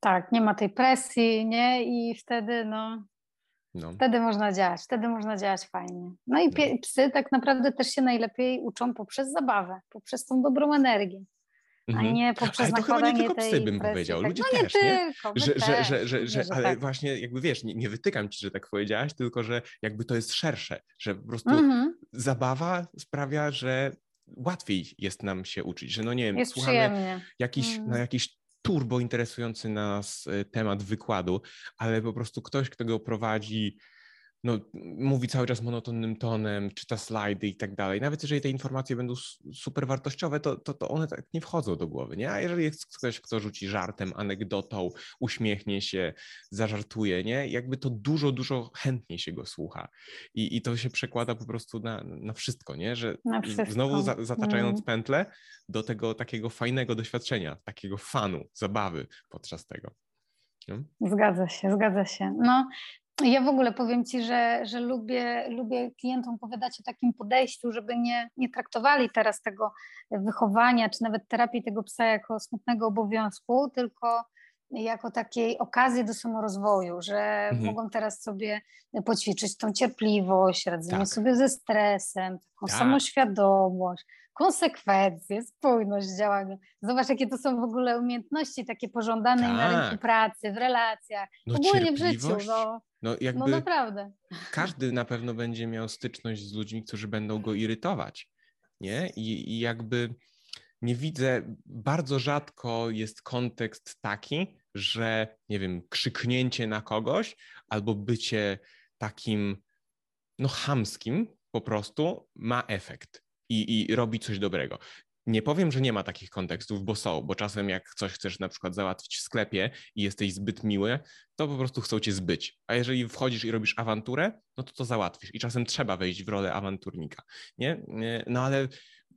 Tak, nie ma tej presji, nie? I wtedy, no, no. wtedy można działać, wtedy można działać fajnie. No i pie- psy tak naprawdę też się najlepiej uczą poprzez zabawę, poprzez tą dobrą energię. A nie poprzez ale to chyba nie tylko psy, bym presji, powiedział, tak. ludzie No nie też, nie? tylko, my Że, też, że, że, że, mówię, że, że ale tak. właśnie jakby wiesz, nie, nie wytykam ci, że tak powiedziałaś, tylko że jakby to jest szersze, że po prostu Mhm. zabawa sprawia, że łatwiej jest nam się uczyć, że no nie wiem, Jest słuchamy przyjemnie. jakiś, Mhm. na jakiś turbo interesujący nas temat wykładu, ale po prostu ktoś, kto go prowadzi, no, mówi cały czas monotonnym tonem, czyta slajdy i tak dalej. Nawet jeżeli te informacje będą super wartościowe, to, to, to one tak nie wchodzą do głowy, nie? A jeżeli jest ktoś, kto rzuci żartem, anegdotą, uśmiechnie się, zażartuje, nie? Jakby to dużo, dużo chętniej się go słucha. I, i to się przekłada po prostu na, na wszystko, nie? Że na wszystko. znowu za, zataczając mm. pętlę do tego takiego fajnego doświadczenia, takiego fanu, zabawy podczas tego. No? Zgadza się, zgadza się. No, ja w ogóle powiem Ci, że, że lubię, lubię klientom opowiadać o takim podejściu, żeby nie, nie traktowali teraz tego wychowania, czy nawet terapii tego psa jako smutnego obowiązku, tylko jako takiej okazji do samorozwoju, że Mhm. mogą teraz sobie poćwiczyć tą cierpliwość, radzenie Tak. sobie ze stresem, taką Tak. samoświadomość, konsekwencje, spójność w działaniu. Zobacz, jakie to są w ogóle umiejętności takie pożądane tak. i na rynku pracy, w relacjach, no, ogólnie w życiu. No, no, jakby no naprawdę. Każdy na pewno będzie miał styczność z ludźmi, którzy będą go irytować, nie? I, i jakby nie widzę, bardzo rzadko jest kontekst taki, że, nie wiem, krzyknięcie na kogoś albo bycie takim, no, chamskim po prostu ma efekt i, i robi coś dobrego. Nie powiem, że nie ma takich kontekstów, bo są, bo czasem jak coś chcesz na przykład załatwić w sklepie i jesteś zbyt miły, to po prostu chcą cię zbyć. A jeżeli wchodzisz i robisz awanturę, no to to załatwisz. I czasem trzeba wejść w rolę awanturnika, nie? No ale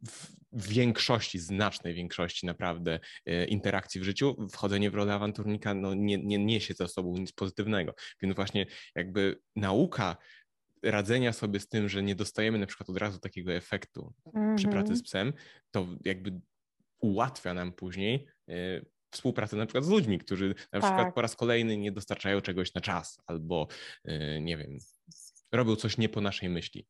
w większości, znacznej większości naprawdę interakcji w życiu, wchodzenie w rolę awanturnika no, nie, nie niesie za sobą nic pozytywnego. Więc właśnie jakby nauka radzenia sobie z tym, że nie dostajemy na przykład od razu takiego efektu mm-hmm. przy pracy z psem, to jakby ułatwia nam później y, współpracę na przykład z ludźmi, którzy na tak. przykład po raz kolejny nie dostarczają czegoś na czas albo y, nie wiem, robią coś nie po naszej myśli.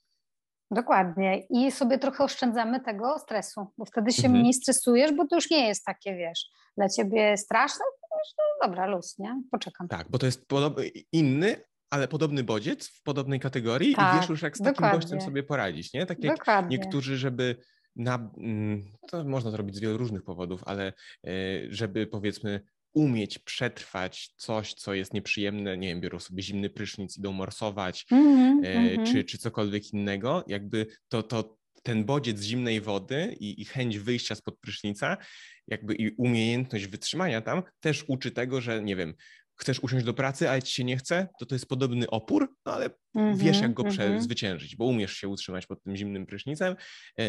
Dokładnie. I sobie trochę oszczędzamy tego stresu, bo wtedy się mhm. mniej stresujesz, bo to już nie jest takie, wiesz, dla ciebie straszne, to wiesz, no dobra, luz, nie? Poczekam. Tak, bo to jest podobny, inny, ale podobny bodziec w podobnej kategorii tak, i wiesz już, jak z takim dokładnie. gościem sobie poradzić, nie? Tak jak dokładnie. Niektórzy, żeby na, to można zrobić z wielu różnych powodów, ale żeby powiedzmy umieć przetrwać coś, co jest nieprzyjemne, nie wiem, biorą sobie zimny prysznic, idą morsować, mm-hmm, czy, czy cokolwiek innego, jakby to, to ten bodziec zimnej wody i, i chęć wyjścia spod prysznica, jakby i umiejętność wytrzymania tam też uczy tego, że nie wiem, chcesz usiąść do pracy, ale ci się nie chce, to to jest podobny opór, no ale mm-hmm, wiesz, jak go mm-hmm. przezwyciężyć, bo umiesz się utrzymać pod tym zimnym prysznicem yy,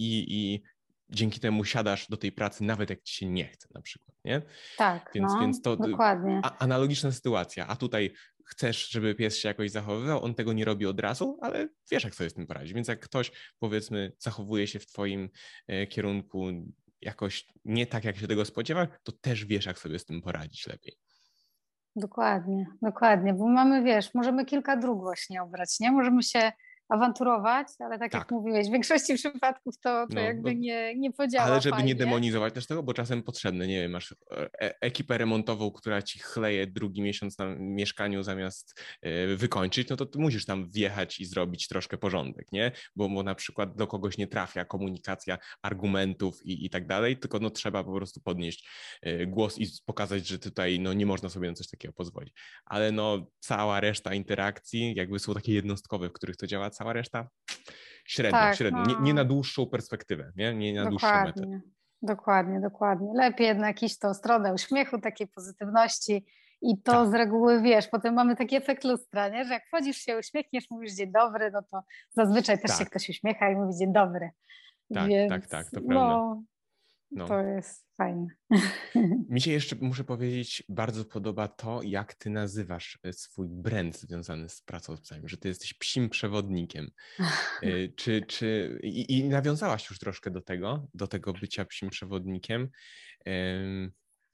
i dzięki temu siadasz do tej pracy, nawet jak ci się nie chce na przykład, nie? Tak, więc, no, więc to dokładnie. A, analogiczna sytuacja, a tutaj chcesz, żeby pies się jakoś zachowywał, on tego nie robi od razu, ale wiesz, jak sobie z tym poradzić, więc jak ktoś, powiedzmy, zachowuje się w twoim e, kierunku jakoś nie tak, jak się tego spodziewa, to też wiesz, jak sobie z tym poradzić lepiej. Dokładnie, dokładnie, bo mamy, wiesz, możemy kilka dróg właśnie obrać, nie? Możemy się awanturować, ale tak, tak jak mówiłeś, w większości przypadków to, to no, jakby no, nie, nie podziała ale żeby fajnie. nie demonizować też tego, bo czasem potrzebne, nie wiem, masz e- ekipę remontową, która ci chleje drugi miesiąc na mieszkaniu zamiast e, wykończyć, no to ty musisz tam wjechać i zrobić troszkę porządek, nie? Bo, bo na przykład do kogoś nie trafia komunikacja argumentów i, i tak dalej, tylko no trzeba po prostu podnieść e, głos i pokazać, że tutaj no nie można sobie na coś takiego pozwolić. Ale no cała reszta interakcji jakby są takie jednostkowe, w których to działa, cała reszta średnio, tak, średnio. No. Nie, nie na dłuższą perspektywę, nie, nie na dokładnie, dłuższą metę. Dokładnie, dokładnie. Lepiej jednak iść tą stronę uśmiechu, takiej pozytywności i to tak. z reguły, wiesz, potem mamy taki efekt lustra, nie? Że jak wchodzisz się, uśmiechniesz, mówisz dzień dobry, no to zazwyczaj też tak. się ktoś uśmiecha i mówi dzień dobry. Tak, Więc, tak, tak, to no, prawda. No. To jest fajne. Mi się jeszcze, muszę powiedzieć, bardzo podoba to, jak ty nazywasz swój brand związany z pracą z psami, że ty jesteś psim przewodnikiem. czy, czy, i, I nawiązałaś już troszkę do tego, do tego bycia psim przewodnikiem.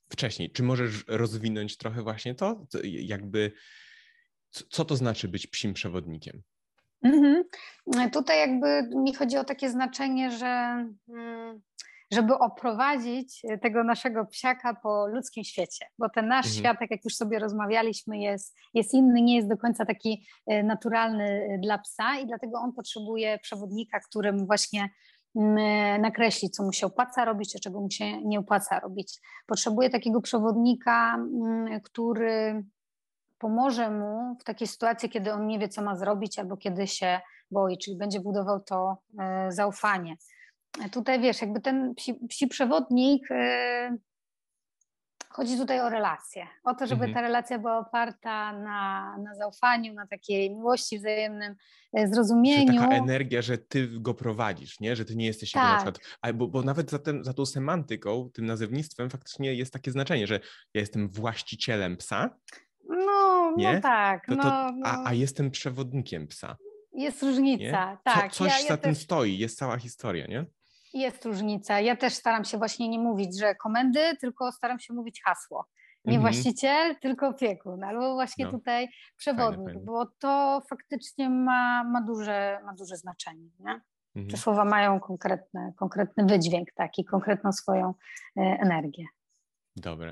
wcześniej. Czy możesz rozwinąć trochę właśnie to? Jakby, co to znaczy być psim przewodnikiem? Mhm. Tutaj jakby mi chodzi o takie znaczenie, że żeby oprowadzić tego naszego psiaka po ludzkim świecie, bo ten nasz Mhm. świat, tak jak już sobie rozmawialiśmy, jest, jest inny, nie jest do końca taki naturalny dla psa i dlatego on potrzebuje przewodnika, którym właśnie nakreśli, co mu się opłaca robić, a czego mu się nie opłaca robić. Potrzebuje takiego przewodnika, który pomoże mu w takiej sytuacji, kiedy on nie wie, co ma zrobić albo kiedy się boi, czyli będzie budował to zaufanie. Tutaj wiesz, jakby ten psi, psi przewodnik, yy, chodzi tutaj o relacje, o to, żeby mhm. ta relacja była oparta na, na zaufaniu, na takiej miłości, wzajemnym zrozumieniu. Że taka energia, że ty go prowadzisz, nie? Że ty nie jesteś tak. jego na przykład, bo, bo nawet za, tym, za tą semantyką, tym nazewnictwem faktycznie jest takie znaczenie, że ja jestem właścicielem psa. No, nie? no tak. To, to, no, a, a jestem przewodnikiem psa. Jest różnica, nie? tak. Co, coś ja, ja za tym też... stoi, jest cała historia, nie? Jest różnica. Ja też staram się właśnie nie mówić, że komendy, tylko staram się mówić hasło. Nie mm-hmm. właściciel, tylko opiekun, albo właśnie no. tutaj przewodnik, fajne, fajne. Bo to faktycznie ma, ma, duże, ma duże znaczenie. Nie? Mm-hmm. Te słowa mają konkretne, konkretny wydźwięk taki, konkretną swoją e, energię. Dobra.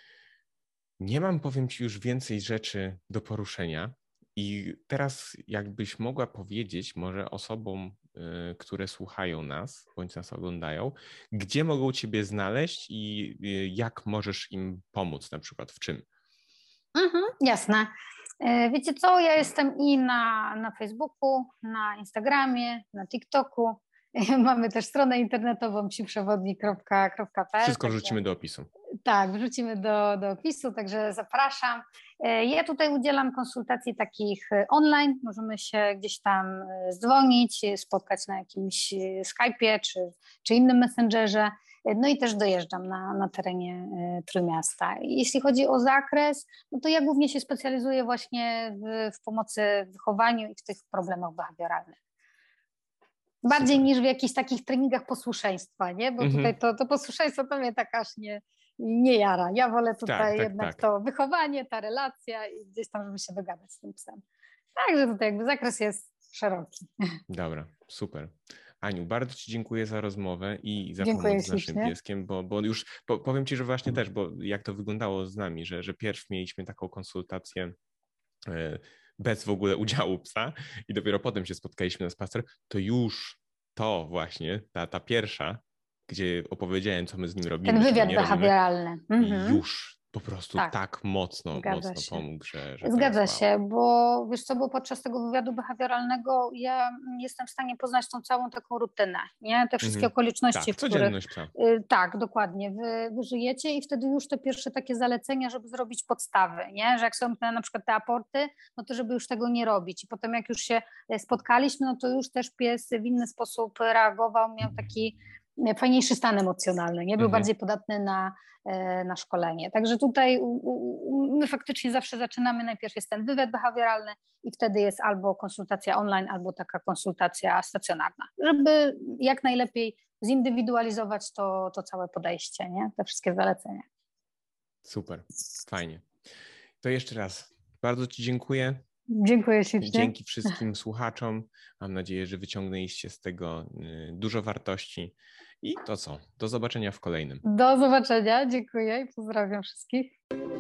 Nie mam, powiem ci, już więcej rzeczy do poruszenia i teraz jakbyś mogła powiedzieć może osobom, y, które słuchają nas, bądź nas oglądają, gdzie mogą ciebie znaleźć i y, jak możesz im pomóc, na przykład w czym? Mhm, jasne. Wiecie co, ja jestem i na, na Facebooku, na Instagramie, na TikToku. Mamy też stronę internetową psiuprzewodnik kropka p l. Wszystko wrzucimy do opisu. Tak, wrzucimy do, do opisu, także zapraszam. Ja tutaj udzielam konsultacji takich online, możemy się gdzieś tam dzwonić, spotkać na jakimś Skype'ie czy, czy innym messengerze, no i też dojeżdżam na, na terenie Trójmiasta. Jeśli chodzi o zakres, no to ja głównie się specjalizuję właśnie w, w pomocy w wychowaniu i w tych problemach behawioralnych. Bardziej Super. niż w jakichś takich treningach posłuszeństwa, nie? Bo mm-hmm. tutaj to, to posłuszeństwo to mnie tak aż nie, nie jara. Ja wolę tutaj tak, tak, jednak tak. to wychowanie, ta relacja i gdzieś tam, żeby się dogadać z tym psem. Także tutaj jakby zakres jest szeroki. Dobra, super. Aniu, bardzo ci dziękuję za rozmowę i za dziękuję pomoc z naszym ślicznie. pieskiem, bo, bo już po, powiem ci, że właśnie też, bo jak to wyglądało z nami, że, że pierw mieliśmy taką konsultację e, bez w ogóle udziału psa i dopiero potem się spotkaliśmy na spacer, to już to właśnie, ta, ta pierwsza, gdzie opowiedziałem, co my z nim robimy. Ten wywiad behawioralny. Mhm. Już po prostu tak, tak mocno, Zgadza mocno się. pomógł, że, że Zgadza się, bo wiesz co, bo podczas tego wywiadu behawioralnego ja jestem w stanie poznać tą całą taką rutynę, nie? Te wszystkie mhm. okoliczności, tak, w których... codzienność psa. Y, tak, dokładnie. Wy, wy żyjecie i wtedy już te pierwsze takie zalecenia, żeby zrobić podstawy, nie? Że jak są te, na przykład te aporty, no to żeby już tego nie robić. I potem jak już się spotkaliśmy, no to już też pies w inny sposób reagował, miał taki fajniejszy stan emocjonalny, nie? Był mhm. bardziej podatny na, na szkolenie. Także tutaj u, u, my faktycznie zawsze zaczynamy, najpierw jest ten wywiad behawioralny i wtedy jest albo konsultacja online, albo taka konsultacja stacjonarna, żeby jak najlepiej zindywidualizować to, to całe podejście, nie? Te wszystkie zalecenia. Super, fajnie. To jeszcze raz bardzo ci dziękuję. Dziękuję ślicznie. Dzięki wszystkim słuchaczom. Mam nadzieję, że wyciągnęliście z tego dużo wartości. I to co? Do zobaczenia w kolejnym. Do zobaczenia. Dziękuję i pozdrawiam wszystkich.